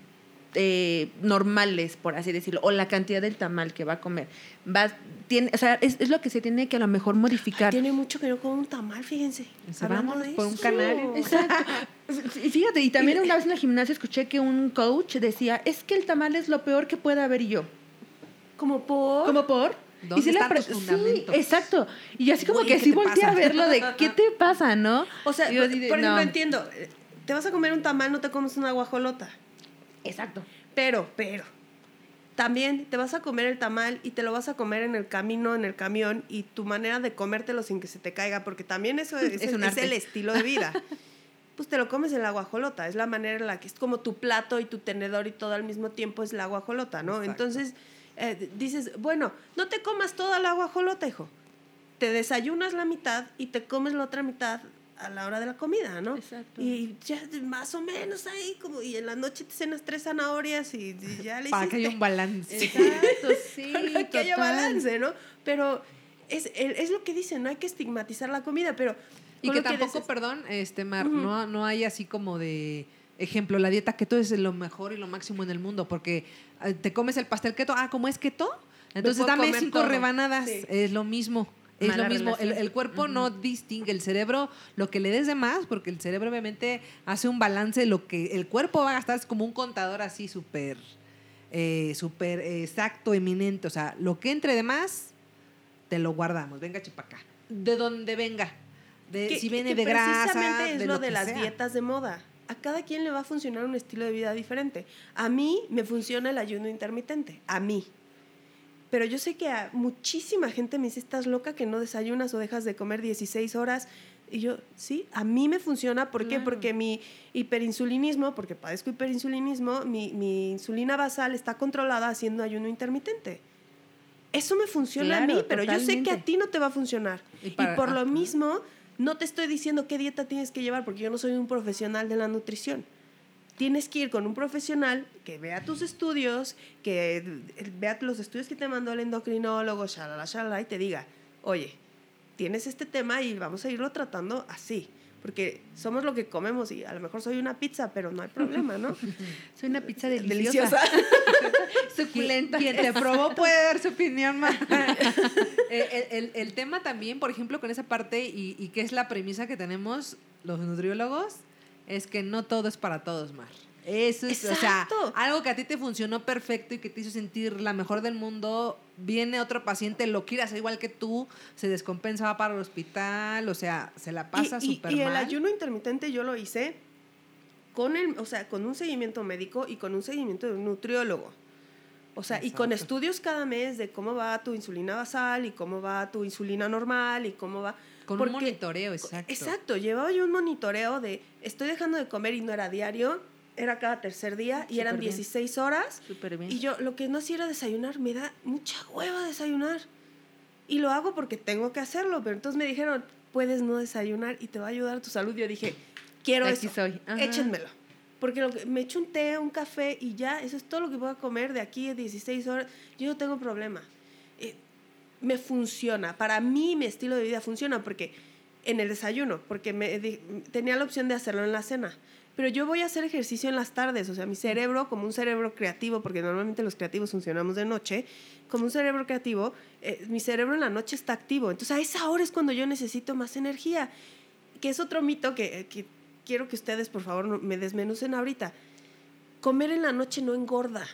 normales, por así decirlo, o la cantidad del tamal que va a comer, o sea, es lo que se tiene que a lo mejor modificar. Tiene mucho que no como un tamal, fíjense. Vamos por un canal. Exacto. Y fíjate, y también una vez en el gimnasio escuché que un coach decía, es que el tamal es lo peor que puede haber, y yo. ¿Cómo por? ¿Dónde están tus fundamentos? Sí, exacto. Y yo así como que ¿qué sí te volteé pasa? a verlo de, ¿qué te pasa, no? O sea, yo por ejemplo, entiendo, te vas a comer un tamal, no te comes una guajolota. Exacto. Pero, también te vas a comer el tamal y te lo vas a comer en el camino, en el camión, y tu manera de comértelo sin que se te caiga, porque también eso es el estilo de vida. Pues te lo comes en la guajolota, es la manera en la que es como tu plato y tu tenedor y todo al mismo tiempo es la guajolota, ¿no? Exacto. Entonces dices, bueno, no te comas toda la guajolota, hijo. Te desayunas la mitad y te comes la otra mitad a la hora de la comida, ¿no? Exacto. Y ya más o menos ahí, como, y en la noche te cenas 3 zanahorias y ya le para hiciste. Que haya un balance. Exacto, sí. Para que haya balance, ¿no? Pero es lo que dicen, no hay que estigmatizar la comida, pero... Y que tampoco, perdón, Mar, no hay así como de... Ejemplo, la dieta keto es lo mejor y lo máximo en el mundo, porque te comes el pastel keto, ¿cómo es keto? Entonces dame 5 todo. Rebanadas, sí. Es lo mismo. Es lo mismo, el cuerpo no distingue, el cerebro, lo que le des de más, porque el cerebro obviamente hace un balance, lo que el cuerpo va a gastar es como un contador así súper exacto, eminente, o sea, lo que entre de más, te lo guardamos, venga chipacá, de donde venga, si viene de grasa, precisamente es de lo de las sea. dietas de moda. A cada quien le va a funcionar un estilo de vida diferente. A mí me funciona el ayuno intermitente, a mí. Pero yo sé que a muchísima gente me dice, ¿estás loca que no desayunas o dejas de comer 16 horas? Y yo, sí, a mí me funciona. ¿Por qué? Porque mi hiperinsulinismo, porque padezco hiperinsulinismo, mi insulina basal está controlada haciendo ayuno intermitente. Eso me funciona a mí, pero totalmente. Yo sé que a ti no te va a funcionar. Y por lo mismo, no te estoy diciendo qué dieta tienes que llevar, porque yo no soy un profesional de la nutrición. Tienes que ir con un profesional que vea tus estudios, que vea los estudios que te mandó el endocrinólogo, shalala, y te diga, oye, tienes este tema y vamos a irlo tratando así. Porque somos lo que comemos y a lo mejor soy una pizza, pero no hay problema, ¿no? Soy una pizza deliciosa. Suculenta. Quien te probó puede dar su opinión, Mar. El tema también, por ejemplo, con esa parte y que es la premisa que tenemos los nutriólogos, es que no todo es para todos, Mar. Eso es, o sea, algo que a ti te funcionó perfecto y que te hizo sentir la mejor del mundo, viene otro paciente, lo quiere hacer igual que tú, se descompensa, va para el hospital, o sea, se la pasa súper mal. Y el ayuno intermitente yo lo hice con un seguimiento médico y con un seguimiento de un nutriólogo. O sea, exacto. Y con estudios cada mes de cómo va tu insulina basal y cómo va tu insulina normal y cómo va... Con un monitoreo, exacto. Exacto, llevaba yo un monitoreo de estoy dejando de comer y no era diario, era cada tercer día y eran 16 horas. Súper bien. Y yo lo que no hacía era desayunar, me da mucha hueva desayunar. Y lo hago porque tengo que hacerlo, pero entonces me dijeron, puedes no desayunar y te va a ayudar a tu salud. Yo dije, quiero aquí eso, soy. Échenmelo. Porque me echo un té, un café y ya, eso es todo lo que voy a comer de aquí a 16 horas. Yo no tengo problema. Me funciona. Para mí, mi estilo de vida funciona porque en el desayuno, porque tenía la opción de hacerlo en la cena. Pero yo voy a hacer ejercicio en las tardes. O sea, mi cerebro, como un cerebro creativo, porque normalmente los creativos funcionamos de noche, como un cerebro creativo, mi cerebro en la noche está activo. Entonces, a esa hora es cuando yo necesito más energía. Que es otro mito que quiero que ustedes, por favor, me desmenucen ahorita. Comer en la noche no engorda.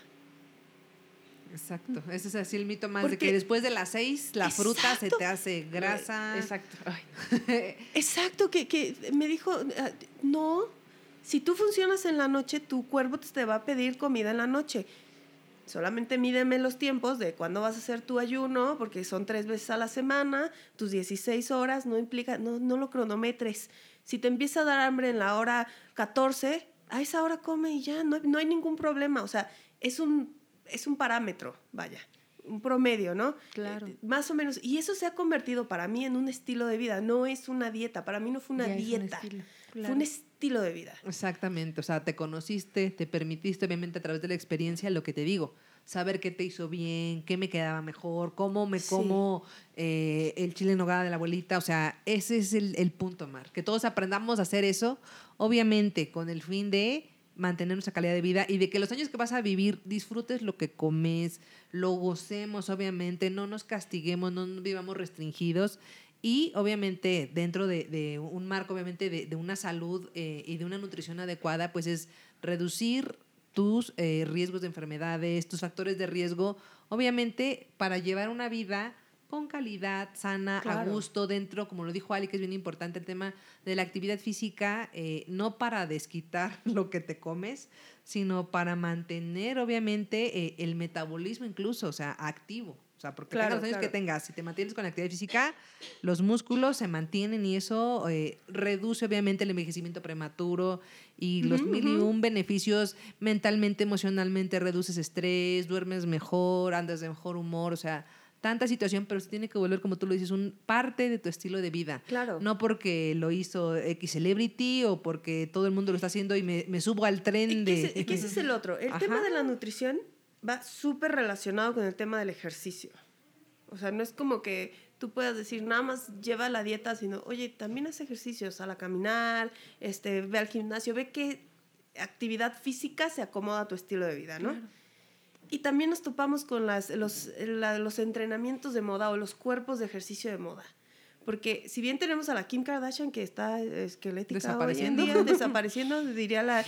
Exacto, ese es así el mito más, de que después de las 6 la fruta se te hace grasa. Exacto. Exacto, que me dijo, no, si tú funcionas en la noche, tu cuerpo te va a pedir comida en la noche. Solamente mídeme los tiempos de cuándo vas a hacer tu ayuno, porque son 3 veces a la semana, tus 16 horas, no implica, no lo cronometres. Si te empieza a dar hambre en la hora 14, a esa hora come y ya, no hay ningún problema. O sea, es un parámetro, vaya, un promedio, ¿no? Claro. Más o menos. Y eso se ha convertido para mí en un estilo de vida. No es una dieta. Para mí no fue una dieta. Fue un estilo de vida. Exactamente. O sea, te conociste, te permitiste, obviamente, a través de la experiencia, lo que te digo. Saber qué te hizo bien, qué me quedaba mejor, cómo me como el chile en nogada de la abuelita. O sea, ese es el punto, Mar. Que todos aprendamos a hacer eso, obviamente, con el fin de mantener nuestra calidad de vida y de que los años que vas a vivir disfrutes lo que comes, lo gocemos, obviamente, no nos castiguemos, no vivamos restringidos y obviamente dentro de un marco obviamente de una salud y de una nutrición adecuada, pues es reducir tus riesgos de enfermedades, tus factores de riesgo, obviamente para llevar una vida con calidad, sana, a gusto, dentro, como lo dijo Ali, que es bien importante el tema de la actividad física, no para desquitar lo que te comes, sino para mantener, obviamente, el metabolismo incluso, o sea, activo. O sea, porque tengas los años que tengas, si te mantienes con la actividad física, los músculos se mantienen y eso reduce, obviamente, el envejecimiento prematuro y los mil y un beneficios mentalmente, emocionalmente, reduces estrés, duermes mejor, andas de mejor humor, o sea, tanta situación, pero se tiene que volver, como tú lo dices, un parte de tu estilo de vida. Claro. No porque lo hizo X Celebrity o porque todo el mundo lo está haciendo y me subo al tren de... ¿Qué ese es el otro? El tema de la nutrición va súper relacionado con el tema del ejercicio. O sea, no es como que tú puedas decir, nada más lleva la dieta, sino, oye, también haz ejercicios, sal a caminar, ve al gimnasio, ve qué actividad física se acomoda a tu estilo de vida, ¿no? Claro. Y también nos topamos con los entrenamientos de moda o los cuerpos de ejercicio de moda. Porque si bien tenemos a la Kim Kardashian, que está esquelética hoy en día, desapareciendo, diría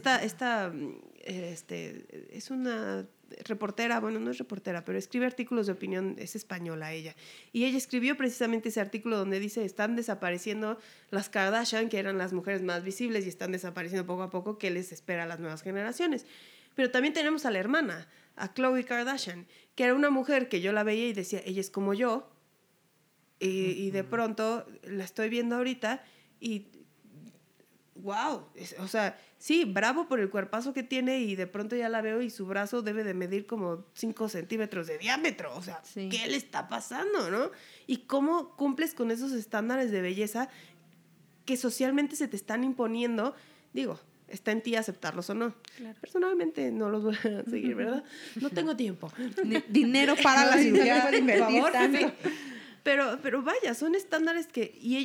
es una reportera, bueno, no es reportera, pero escribe artículos de opinión, es española ella. Y ella escribió precisamente ese artículo donde dice, están desapareciendo las Kardashian, que eran las mujeres más visibles, y están desapareciendo poco a poco, ¿qué les espera a las nuevas generaciones? Pero también tenemos a la hermana, a Khloe Kardashian, que era una mujer que yo la veía y decía, ella es como yo, y de pronto la estoy viendo ahorita y wow, o sea, sí, bravo por el cuerpazo que tiene, y de pronto ya la veo y su brazo debe de medir como 5 centímetros de diámetro, o sea, sí. ¿Qué le está pasando, no? Y cómo cumples con esos estándares de belleza que socialmente se te están imponiendo. Digo, está en ti aceptarlos o no. Claro. Personalmente no los voy a seguir, ¿verdad? No tengo tiempo. Dinero para la cirugía, por favor. Sí. Pero vaya, son estándares que... Y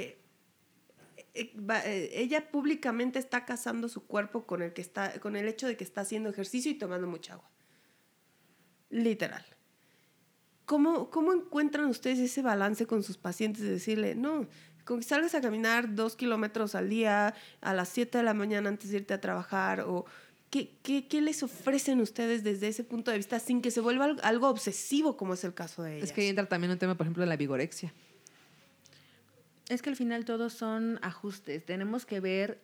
ella públicamente está casando su cuerpo con el hecho de que está haciendo ejercicio y tomando mucha agua. Literal. ¿Cómo encuentran ustedes ese balance con sus pacientes de decirle, no, con que salgas a caminar 2 kilómetros al día a las 7 de la mañana antes de irte a trabajar? O ¿qué les ofrecen ustedes desde ese punto de vista sin que se vuelva algo obsesivo como es el caso de ellas? Es que ahí entra también un tema, por ejemplo, de la vigorexia. Es que al final todos son ajustes. Tenemos que ver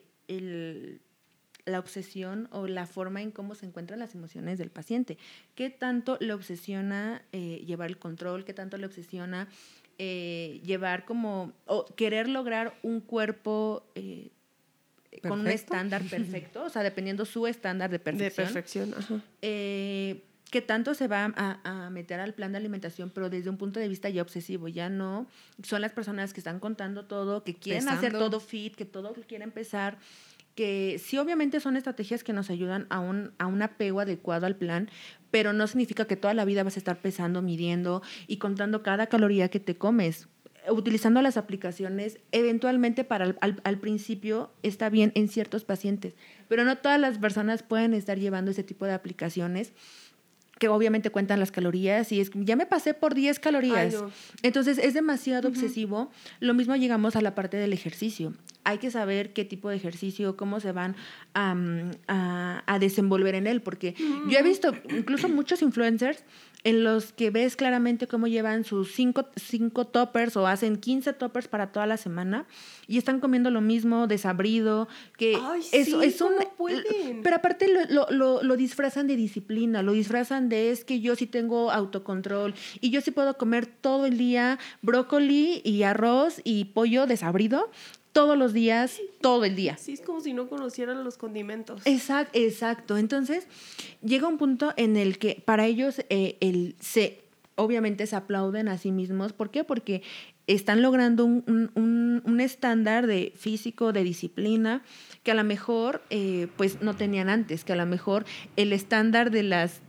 la obsesión o la forma en cómo se encuentran las emociones del paciente. ¿Qué tanto le obsesiona llevar el control? ¿Qué tanto le obsesiona llevar o querer lograr un cuerpo con un estándar perfecto? O sea, dependiendo su estándar de perfección. De perfección, ajá. Que tanto se va a meter al plan de alimentación, pero desde un punto de vista ya obsesivo. Ya no son las personas que están contando todo, que quieren hacer todo fit, que todo quieren pesar, que sí, obviamente son estrategias que nos ayudan a un apego adecuado al plan, pero no significa que toda la vida vas a estar pesando, midiendo y contando cada caloría que te comes. Utilizando las aplicaciones, eventualmente para al principio está bien en ciertos pacientes, pero no todas las personas pueden estar llevando ese tipo de aplicaciones que obviamente cuentan las calorías y ya me pasé por 10 calorías. Ay, no. Entonces es demasiado obsesivo. Lo mismo llegamos a la parte del ejercicio. Hay que saber qué tipo de ejercicio, cómo se van a desenvolver en él, porque yo he visto incluso muchos influencers en los que ves claramente cómo llevan sus 5 toppers o hacen 15 toppers para toda la semana y están comiendo lo mismo, desabrido, que ay, sí, ¿cómo pueden? Pero aparte lo disfrazan de disciplina, lo disfrazan de es que yo sí tengo autocontrol y yo sí puedo comer todo el día brócoli y arroz y pollo desabrido todos los días, todo el día. Sí, es como si no conocieran los condimentos. Exacto. Entonces, llega un punto en el que para ellos obviamente se aplauden a sí mismos. ¿Por qué? Porque están logrando un estándar de físico, de disciplina, que a lo mejor pues no tenían antes, que a lo mejor el estándar de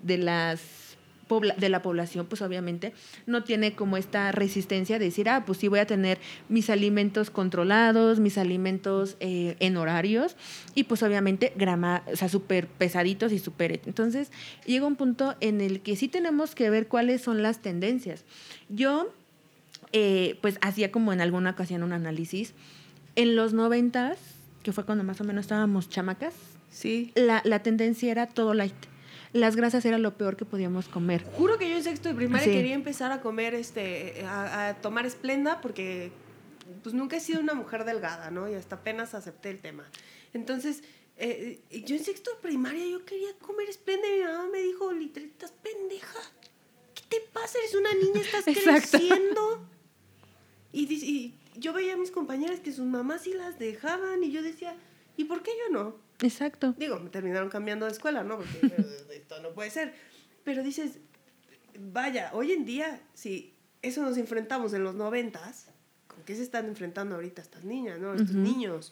la población, pues obviamente no tiene como esta resistencia de decir, pues sí voy a tener mis alimentos controlados, mis alimentos en horarios y pues obviamente súper pesaditos y súper... Entonces llega un punto en el que sí tenemos que ver cuáles son las tendencias. Yo pues hacía como en alguna ocasión un análisis. En los 90s, que fue cuando más o menos estábamos chamacas, Sí. La tendencia era todo light. Las grasas era lo peor que podíamos comer. Juro que yo en sexto de primaria quería empezar a comer, a tomar Splenda porque pues nunca he sido una mujer delgada, ¿no? Y hasta apenas acepté el tema. Entonces, yo en sexto de primaria yo quería comer Splenda y mi mamá me dijo, literal, estás pendeja. ¿Qué te pasa? Eres una niña, estás creciendo. Y yo veía a mis compañeras que sus mamás sí las dejaban y yo decía, ¿y por qué yo no? Exacto. Digo, me terminaron cambiando de escuela, ¿no? Porque esto no puede ser. Pero dices, vaya, hoy en día, si eso nos enfrentamos en los 90s, ¿con qué se están enfrentando ahorita estas niñas, ¿no? Estos niños.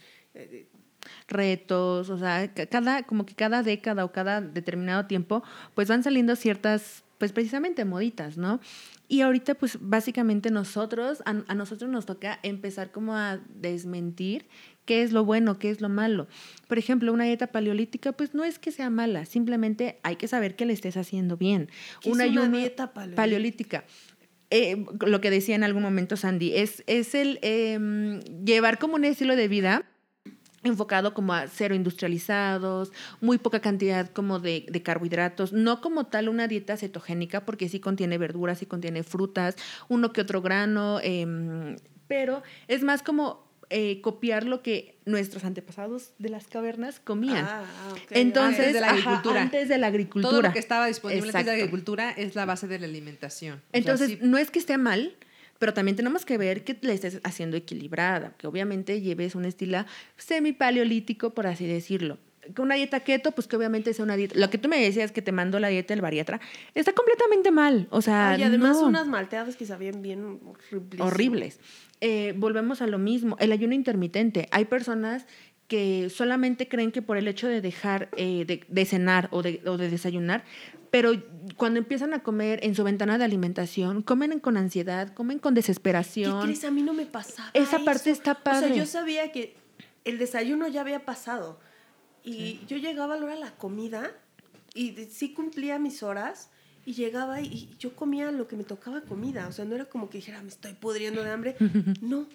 Retos, o sea, como que cada década o cada determinado tiempo, pues van saliendo ciertas, pues precisamente moditas, ¿no? Y ahorita, pues básicamente a nosotros nos toca empezar como a desmentir qué es lo bueno, qué es lo malo. Por ejemplo, una dieta paleolítica, pues no es que sea mala, simplemente hay que saber que le estés haciendo bien. ¿Qué es una dieta paleolítica? Lo que decía en algún momento Sandy, es el llevar como un estilo de vida enfocado como a cero industrializados, muy poca cantidad como de carbohidratos, no como tal una dieta cetogénica, porque sí contiene verduras, sí contiene frutas, uno que otro grano, pero es más como copiar lo que nuestros antepasados de las cavernas comían. Okay. Entonces, antes de la agricultura. Antes de la agricultura. Todo lo que estaba disponible Exacto. antes de la agricultura es la base de la alimentación. Entonces, o sea, sí, no es que esté mal, pero también tenemos que ver que la estés haciendo equilibrada, que obviamente lleves un estilo semi-paleolítico, por así decirlo. Con una dieta keto, pues que obviamente sea una dieta... Lo que tú me decías que te mandó la dieta del bariatra, está completamente mal. O sea, y además unas malteadas que sabían bien horribles. Volvemos a lo mismo, el ayuno intermitente. Hay personas que solamente creen que por el hecho de dejar de cenar o de desayunar, pero cuando empiezan a comer en su ventana de alimentación, comen con ansiedad, comen con desesperación. ¿Qué crees? A mí no me pasaba Esa eso. parte está padre. O sea, yo sabía que el desayuno ya había pasado y yo llegaba a la hora de la comida y sí cumplía mis horas y llegaba y yo comía lo que me tocaba comida. O sea, no era como que dijera, me estoy pudriendo de hambre. No.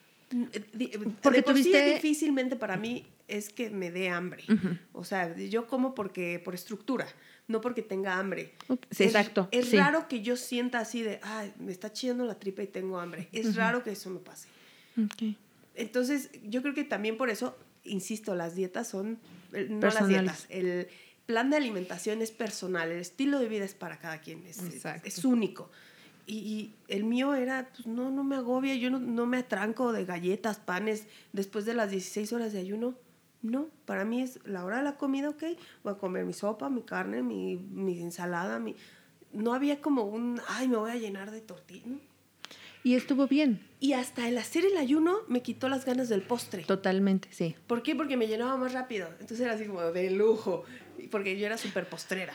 Porque tuviste... difícilmente para mí es que me dé hambre. O sea, yo como por estructura, no porque tenga hambre. Sí, exacto. Es raro que yo sienta así de, me está chillando la tripa y tengo hambre. Es raro que eso me pase. Okay. Entonces, yo creo que también por eso, insisto, las dietas son, no las dietas, el plan de alimentación es personal, el estilo de vida es para cada quien, es único. Y el mío era, pues no me agobia, yo no me atranco de galletas, panes, después de las 16 horas de ayuno. No, para mí es la hora de la comida, ok, voy a comer mi sopa, mi carne, mi ensalada, no había como me voy a llenar de tortilla, ¿no? Y estuvo bien. Y hasta el hacer el ayuno me quitó las ganas del postre. Totalmente, sí. ¿Por qué? Porque me llenaba más rápido. Entonces era así como de lujo. Porque yo era súper postrera.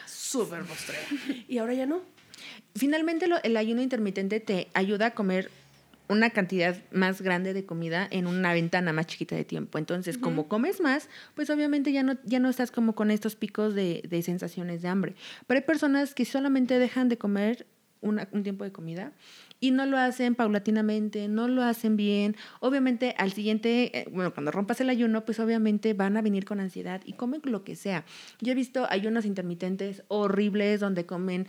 Y ahora ya no. Finalmente, el ayuno intermitente te ayuda a comer una cantidad más grande de comida en una ventana más chiquita de tiempo. Entonces, como comes más, pues obviamente ya no estás como con estos picos de sensaciones de hambre. Pero hay personas que solamente dejan de comer un tiempo de comida y no lo hacen paulatinamente, no lo hacen bien. Obviamente, al siguiente, cuando rompas el ayuno, pues obviamente van a venir con ansiedad y comen lo que sea. Yo he visto ayunos intermitentes horribles donde comen,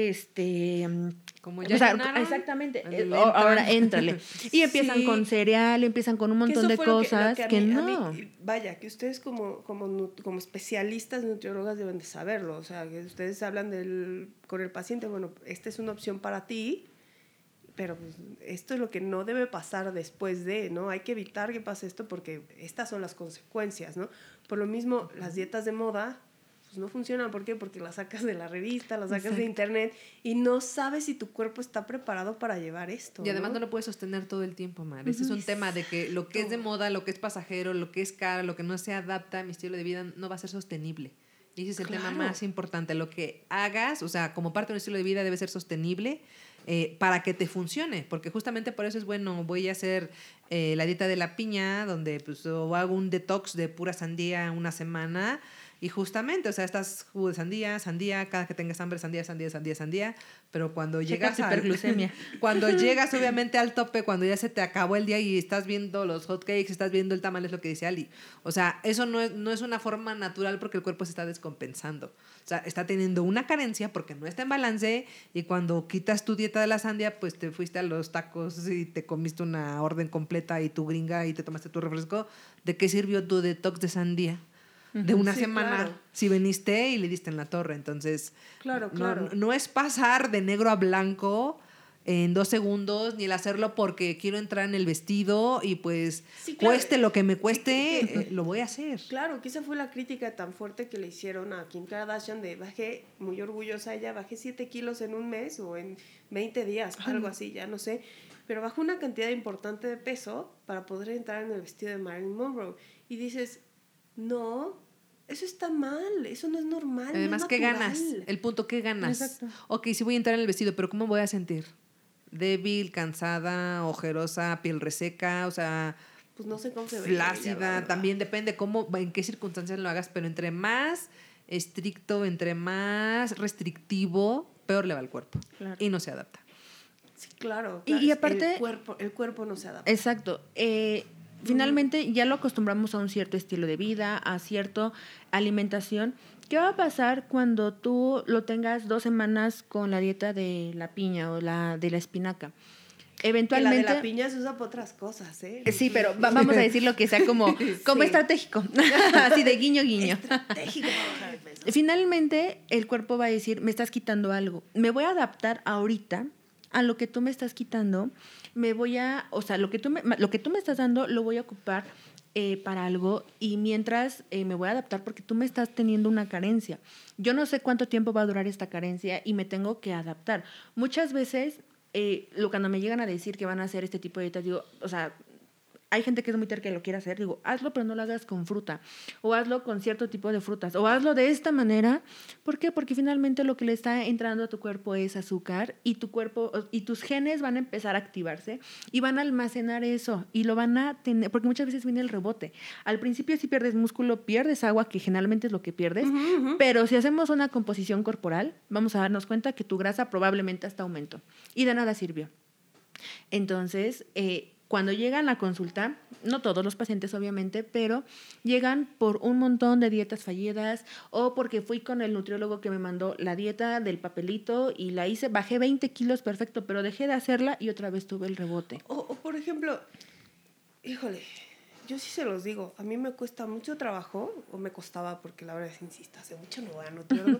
como ya exactamente, ahora éntrale. Y empiezan con cereal, empiezan con un montón de cosas que no. Vaya, que ustedes como especialistas nutriólogas deben de saberlo. O sea, que ustedes hablan con el paciente, bueno, esta es una opción para ti, pero pues, esto es lo que no debe pasar después de, ¿no? Hay que evitar que pase esto porque estas son las consecuencias, ¿no? Por lo mismo, las dietas de moda pues no funcionan. ¿Por qué? Porque las sacas de la revista, las sacas de internet y no sabes si tu cuerpo está preparado para llevar esto. Y además no lo puedes sostener todo el tiempo, Mar. Ese es un tema de que lo que es de moda, lo que es pasajero, lo que es caro, lo que no se adapta a mi estilo de vida no va a ser sostenible. Y ese es el tema más importante. Lo que hagas, o sea, como parte de un estilo de vida debe ser sostenible para que te funcione. Porque justamente por eso es bueno, voy a hacer la dieta de la piña, donde pues, o hago un detox de pura sandía una semana Y justamente, o sea, estás jugo de sandía, cada que tengas hambre, sandía, pero cuando llegas a hiperglucemia. Cuando llegas obviamente al tope, cuando ya se te acabó el día y estás viendo los hotcakes, estás viendo el tamal, es lo que dice Ali. O sea, eso no es una forma natural porque el cuerpo se está descompensando. O sea, está teniendo una carencia porque no está en balance y cuando quitas tu dieta de la sandía, pues te fuiste a los tacos y te comiste una orden completa y tu gringa y te tomaste tu refresco. ¿De qué sirvió tu detox de sandía? De una semana, claro. Si viniste y le diste en la torre. Entonces, claro. No es pasar de negro a blanco en 2 segundos, ni el hacerlo porque quiero entrar en el vestido y pues sí, claro. Cueste lo que me cueste, lo voy a hacer. Claro, que esa fue la crítica tan fuerte que le hicieron a Kim Kardashian de bajé, muy orgullosa ella, bajé 7 kilos en un mes o en 20 días, algo así, ya no sé. Pero bajó una cantidad importante de peso para poder entrar en el vestido de Marilyn Monroe. Y dices, no, eso está mal, eso no es normal. Además, no es ¿qué ganas? El punto, ¿qué ganas? Exacto. Ok, sí voy a entrar en el vestido, pero ¿cómo voy a sentir? Débil, cansada, ojerosa, piel reseca, o sea, pues no sé cómo se ve. Flácida, también depende en qué circunstancias lo hagas, pero entre más estricto, entre más restrictivo, peor le va al cuerpo. Claro. Y no se adapta. Sí, claro. Y aparte... El cuerpo no se adapta. Exacto. Finalmente ya lo acostumbramos a un cierto estilo de vida, a cierta alimentación. ¿Qué va a pasar cuando tú lo tengas 2 semanas con la dieta de la piña o de la espinaca? Eventualmente... Que la de la piña se usa para otras cosas, ¿eh? Sí, pero vamos a decir lo que sea como sí. Estratégico. Así de guiño. Estratégico para bajar el peso. Finalmente, el cuerpo va a decir, me estás quitando algo. Me voy a adaptar ahorita a lo que tú me estás quitando. Lo que tú me estás dando lo voy a ocupar para algo y mientras me voy a adaptar porque tú me estás teniendo una carencia. Yo no sé cuánto tiempo va a durar esta carencia y me tengo que adaptar. Muchas veces, cuando me llegan a decir que van a hacer este tipo de dietas, digo, o sea, hay gente que es muy terca y lo quiere hacer, digo, hazlo, pero no lo hagas con fruta, o hazlo con cierto tipo de frutas, o hazlo de esta manera. ¿Por qué? Porque finalmente lo que le está entrando a tu cuerpo es azúcar y tu cuerpo y tus genes van a empezar a activarse y van a almacenar eso y lo van a tener, porque muchas veces viene el rebote. Al principio si pierdes músculo, pierdes agua, que generalmente es lo que pierdes, pero si hacemos una composición corporal, vamos a darnos cuenta que tu grasa probablemente hasta aumentó y de nada sirvió. Entonces, cuando llegan a consulta, no todos los pacientes obviamente, pero llegan por un montón de dietas fallidas o porque fui con el nutriólogo que me mandó la dieta del papelito y la hice, bajé 20 kilos, perfecto, pero dejé de hacerla y otra vez tuve el rebote. O por ejemplo, híjole, yo sí se los digo, a mí me cuesta mucho trabajo, o me costaba porque la verdad es, insisto, hace mucho no voy al nutriólogo,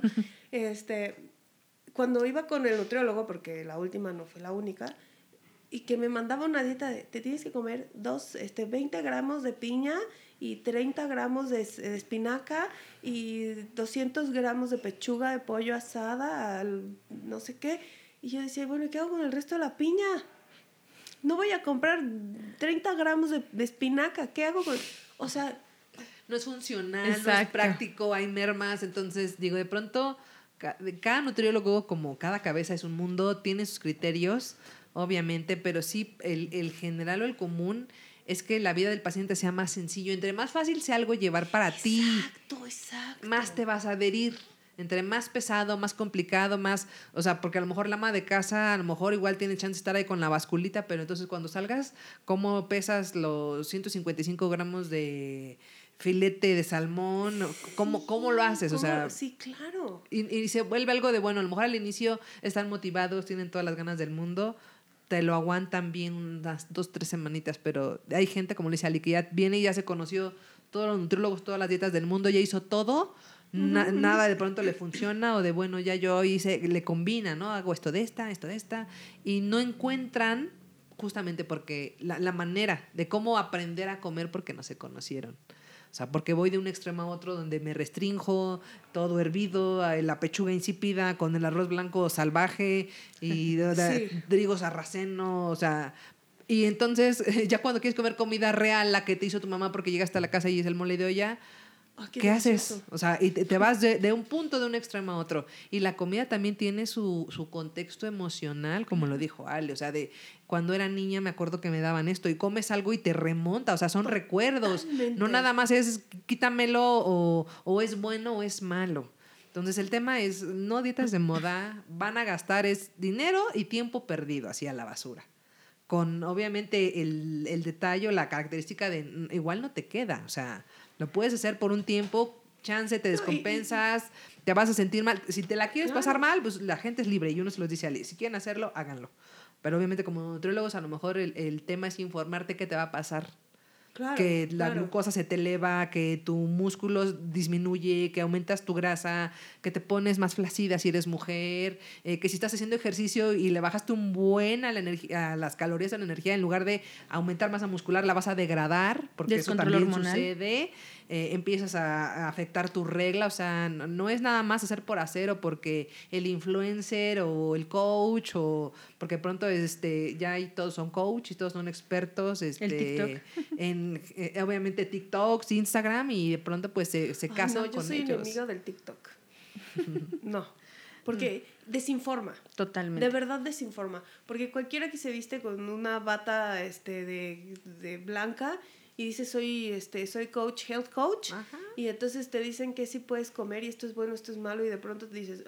cuando iba con el nutriólogo, porque la última no fue la única, y que me mandaba una dieta de, te tienes que comer 20 gramos de piña y 30 gramos de espinaca y 200 gramos de pechuga de pollo asada, no sé qué. Y yo decía, bueno, ¿qué hago con el resto de la piña? No voy a comprar 30 gramos de espinaca, ¿qué hago con...? O sea... No es funcional, exacto. No es práctico, hay mermas, entonces digo, de pronto, cada nutriólogo, como cada cabeza es un mundo, tiene sus criterios, obviamente, pero sí el general o el común es que la vida del paciente sea más sencillo. Entre más fácil sea algo llevar para ti, más te vas a adherir. Entre más pesado, más complicado, más... O sea, porque a lo mejor la ama de casa, a lo mejor igual tiene chance de estar ahí con la basculita, pero entonces cuando salgas, ¿cómo pesas los 155 gramos de filete de salmón? ¿Cómo lo haces? O sea, sí, claro. Y se vuelve algo de, bueno, a lo mejor al inicio están motivados, tienen todas las ganas del mundo, te lo aguantan bien unas 2-3 semanitas, pero hay gente, como le dice Ali, que ya viene y ya se conoció todos los nutriólogos, todas las dietas del mundo, ya hizo todo, nada de pronto le funciona, o de bueno, ya yo hice, le combina, ¿no? Hago esto de esta, y no encuentran, justamente porque la manera de cómo aprender a comer porque no se conocieron. O sea, porque voy de un extremo a otro donde me restrinjo, todo hervido, la pechuga insípida con el arroz blanco salvaje y trigo sarraceno, o sea... Y entonces, ya cuando quieres comer comida real, la que te hizo tu mamá porque llegaste a la casa y es el mole de olla, ¿Qué haces? O sea, y te vas de un punto, de un extremo a otro. Y la comida también tiene su contexto emocional, como lo dijo Ale. O sea, de cuando era niña me acuerdo que me daban esto y comes algo y te remonta. O sea, son recuerdos. No nada más es quítamelo o es bueno o es malo. Entonces el tema es, no dietas de moda, van a gastar es dinero y tiempo perdido así a la basura. Con obviamente el detalle, la característica de igual no te queda. O sea, lo puedes hacer por un tiempo, chance, te descompensas, te vas a sentir mal. Si te la quieres pasar mal, pues la gente es libre y uno se los dice a Ali. Si quieren hacerlo, háganlo. Pero obviamente como nutriólogos a lo mejor el tema es informarte qué te va a pasar. Claro, que la glucosa se te eleva, que tu músculo disminuye, que aumentas tu grasa, que te pones más flácida si eres mujer, que si estás haciendo ejercicio y le bajaste un buen a la energía, a las calorías, a la energía, en lugar de aumentar masa muscular, la vas a degradar, porque eso también hormonal sucede. Empiezas a afectar tu regla, o sea, no es nada más hacer por hacer o porque el influencer o el coach o porque pronto ya todos son coach y todos son expertos el TikTok. En obviamente TikToks, Instagram y de pronto pues se casan con ellos. Yo soy enemiga del TikTok. No, porque desinforma. Totalmente. De verdad desinforma, porque cualquiera que se viste con una bata de blanca y dice soy coach, health coach, ajá, y entonces te dicen que sí puedes comer y esto es bueno, esto es malo y de pronto te dices,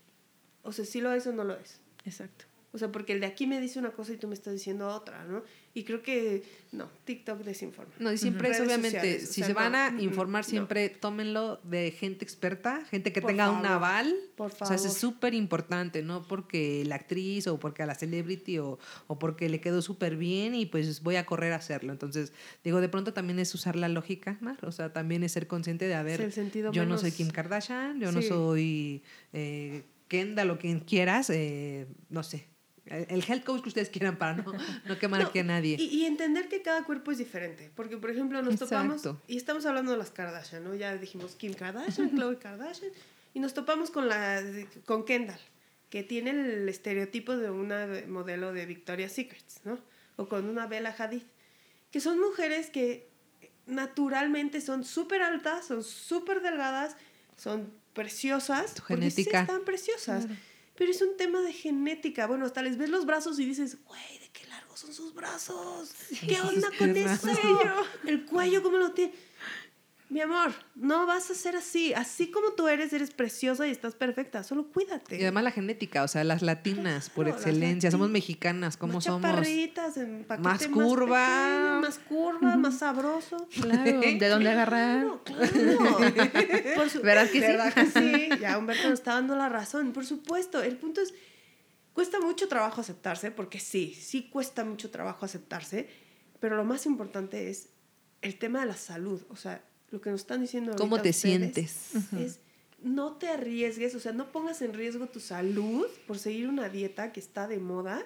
o sea, sí lo es o no lo es. Exacto. O sea, porque el de aquí me dice una cosa y tú me estás diciendo otra, ¿no? Y creo que, no, TikTok desinforma. No, y siempre es obviamente, sociales, si se van a informar, siempre tómenlo de gente experta, gente que tenga un aval. Por favor. O sea, es súper importante, no porque la actriz o porque a la celebrity o porque le quedó súper bien y pues voy a correr a hacerlo. Entonces, digo, de pronto también es usar la lógica, Mar. O sea, también es ser consciente de, a ver, yo no soy Kim Kardashian, yo no soy Kendall o quien quieras, no sé. El health coach que ustedes quieran para no quemar aquí a nadie. Y entender que cada cuerpo es diferente. Porque, por ejemplo, nos topamos y estamos hablando de las Kardashian, ¿no? Ya dijimos Kim Kardashian, Khloe Kardashian. Y nos topamos con Kendall, que tiene el estereotipo de una modelo de Victoria's Secrets, ¿no? O con una Bella Hadid. Que son mujeres que naturalmente son súper altas, son súper delgadas, son preciosas. Tu genética. Porque sí están preciosas. Claro. Pero es un tema de genética. Bueno, hasta les ves los brazos y dices, güey, ¿de qué largos son sus brazos? ¿Qué onda con eso? El cuello, ¿cómo lo tiene? Mi amor, no vas a ser así. Así como tú eres preciosa y estás perfecta. Solo cuídate. Y además la genética, o sea, las latinas, por excelencia. Somos mexicanas, ¿cómo más somos? Chaparritas, más curva. Más curva, más sabroso. Claro, ¿de dónde agarrar? Claro. ¿Verdad que ¿verdad que sí? Ya Humberto nos está dando la razón. Por supuesto, el punto es, cuesta mucho trabajo aceptarse, porque sí cuesta mucho trabajo aceptarse, pero lo más importante es el tema de la salud. O sea, lo que nos están diciendo ahorita ¿cómo te sientes? Es no te arriesgues, o sea, no pongas en riesgo tu salud por seguir una dieta que está de moda,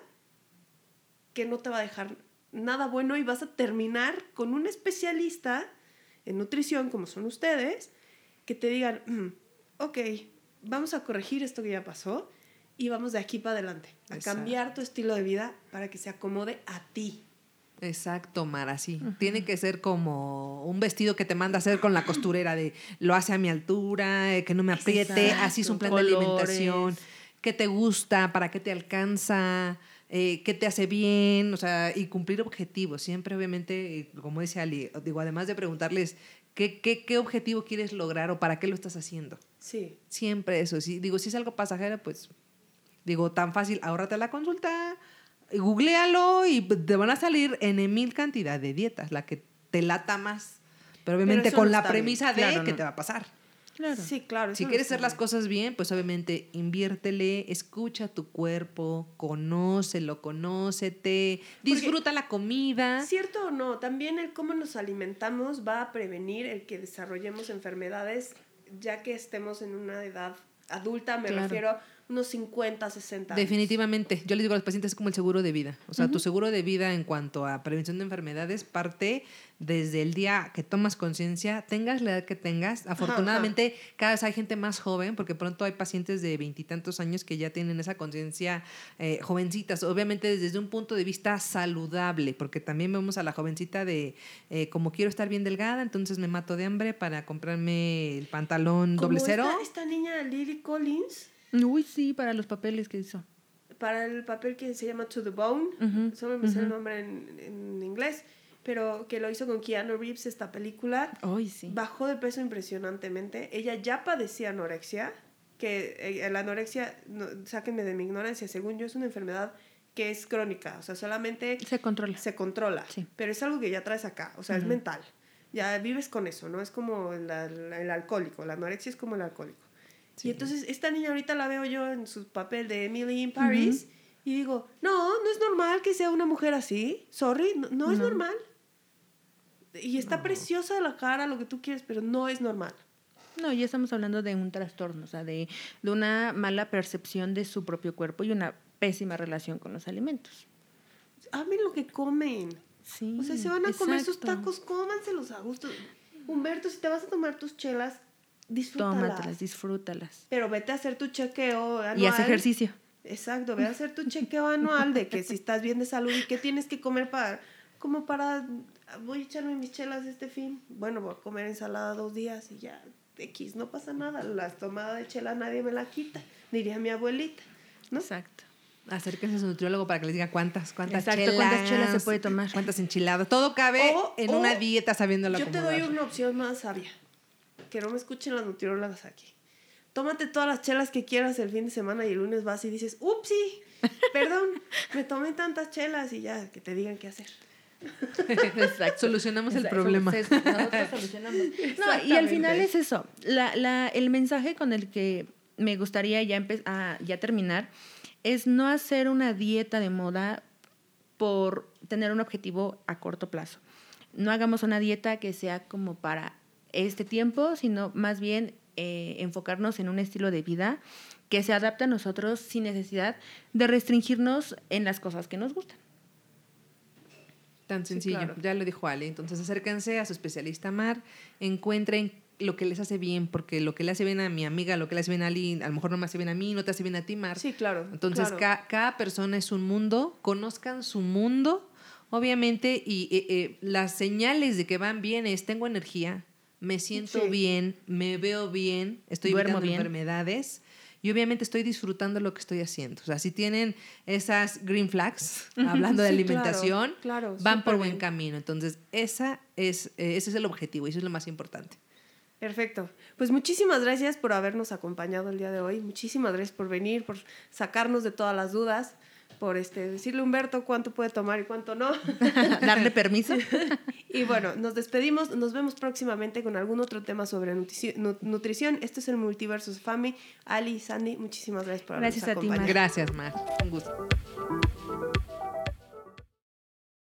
que no te va a dejar nada bueno y vas a terminar con un especialista en nutrición, como son ustedes, que te digan, ok, vamos a corregir esto que ya pasó y vamos de aquí para adelante, a cambiar tu estilo de vida para que se acomode a ti. Exacto, Mara, sí. Tiene que ser como un vestido que te manda a hacer con la costurera de lo hace a mi altura, que no me apriete, así es un plan de alimentación, qué te gusta, para qué te alcanza, qué te hace bien, o sea, y cumplir objetivos. Siempre, obviamente, como dice Ali, digo, además de preguntarles qué objetivo quieres lograr o para qué lo estás haciendo. Sí. Siempre eso. Si es algo pasajero, pues, digo, tan fácil, ahórrate la consulta, googlealo y te van a salir en 1000 cantidad de dietas, la que te lata más. Pero obviamente con la premisa de que te va a pasar. Claro. Sí, claro. Si quieres hacer las cosas bien, pues obviamente inviértele, escucha tu cuerpo, conócete, disfruta la comida. ¿Cierto o no? También el cómo nos alimentamos va a prevenir el que desarrollemos enfermedades ya que estemos en una edad adulta, me refiero unos 50, 60 años. Definitivamente. Yo les digo a los pacientes, es como el seguro de vida. O sea, tu seguro de vida en cuanto a prevención de enfermedades parte desde el día que tomas conciencia, tengas la edad que tengas. Afortunadamente, cada vez hay gente más joven, porque pronto hay pacientes de 20 y tantos años que ya tienen esa conciencia, jovencitas. Obviamente desde un punto de vista saludable, porque también vemos a la jovencita de como quiero estar bien delgada, entonces me mato de hambre para comprarme el pantalón doble cero. Esta niña Lily Collins. Uy, sí, para los papeles que hizo. Para el papel que se llama To the Bone, solo me sé el nombre en inglés, pero que lo hizo con Keanu Reeves, esta película. Uy, sí. Bajó de peso impresionantemente. Ella ya padecía anorexia, que la anorexia, sáquenme de mi ignorancia, según yo es una enfermedad que es crónica, o sea, solamente se controla, sí. Pero es algo que ya traes acá, o sea, es mental. Ya vives con eso, ¿no? Es como el alcohólico, la anorexia es como el alcohólico. Sí. Y entonces esta niña ahorita la veo yo en su papel de Emily in Paris y digo, no es normal que sea una mujer así, sorry, no es normal. Y está preciosa la cara, lo que tú quieres, pero no es normal. No, ya estamos hablando de un trastorno, o sea, de una mala percepción de su propio cuerpo y una pésima relación con los alimentos. Amen lo que comen. Sí, o sea, se van a comer sus tacos, cómanselos a gusto. Humberto, si te vas a tomar tus chelas, disfrútalas. Pero vete a hacer tu chequeo anual. Y haz ejercicio. Exacto, ve a hacer tu chequeo anual de que si estás bien de salud y qué tienes que comer para voy a echarme mis chelas este fin. Bueno, voy a comer ensalada 2 días y ya, X, no pasa nada. La tomada de chela nadie me la quita, diría mi abuelita, ¿no? Exacto. Acérquense a su nutriólogo para que les diga cuántas chelas se puede tomar, cuántas enchiladas. Todo cabe en una dieta sabiéndolo acomodar. Yo te doy una opción más sabia. Que no me escuchen las nutriólogas aquí. Tómate todas las chelas que quieras el fin de semana y el lunes vas y dices, ¡upsi! Perdón, me tomé tantas chelas y ya, que te digan qué hacer. Exacto. Solucionamos el problema. Nosotros solucionamos. No, y al final es eso. El mensaje con el que me gustaría ya terminar es no hacer una dieta de moda por tener un objetivo a corto plazo. No hagamos una dieta que sea como para este tiempo, sino más bien enfocarnos en un estilo de vida que se adapte a nosotros sin necesidad de restringirnos en las cosas que nos gustan. Tan sencillo, sí, claro. Ya lo dijo Ale. Entonces acérquense a su especialista Mar, encuentren lo que les hace bien, porque lo que le hace bien a mi amiga, lo que le hace bien a Ali, a lo mejor no me hace bien a mí, no te hace bien a ti, Mar. Sí, claro. Entonces cada persona es un mundo, conozcan su mundo, obviamente, y las señales de que van bien es, tengo energía, me siento bien, me veo bien, estoy evitando enfermedades y obviamente estoy disfrutando lo que estoy haciendo. O sea, si tienen esas green flags, hablando de alimentación, van por buen camino. Entonces, ese es el objetivo y eso es lo más importante. Perfecto. Pues muchísimas gracias por habernos acompañado el día de hoy. Muchísimas gracias por venir, por sacarnos de todas las dudas, por decirle a Humberto cuánto puede tomar y cuánto no. Darle permiso. Y bueno, nos despedimos. Nos vemos próximamente con algún otro tema sobre nutrición. Este es el Multiversus Fami. Ali, Sandy, muchísimas gracias por habernos acompañado. Gracias, Mar. Un gusto.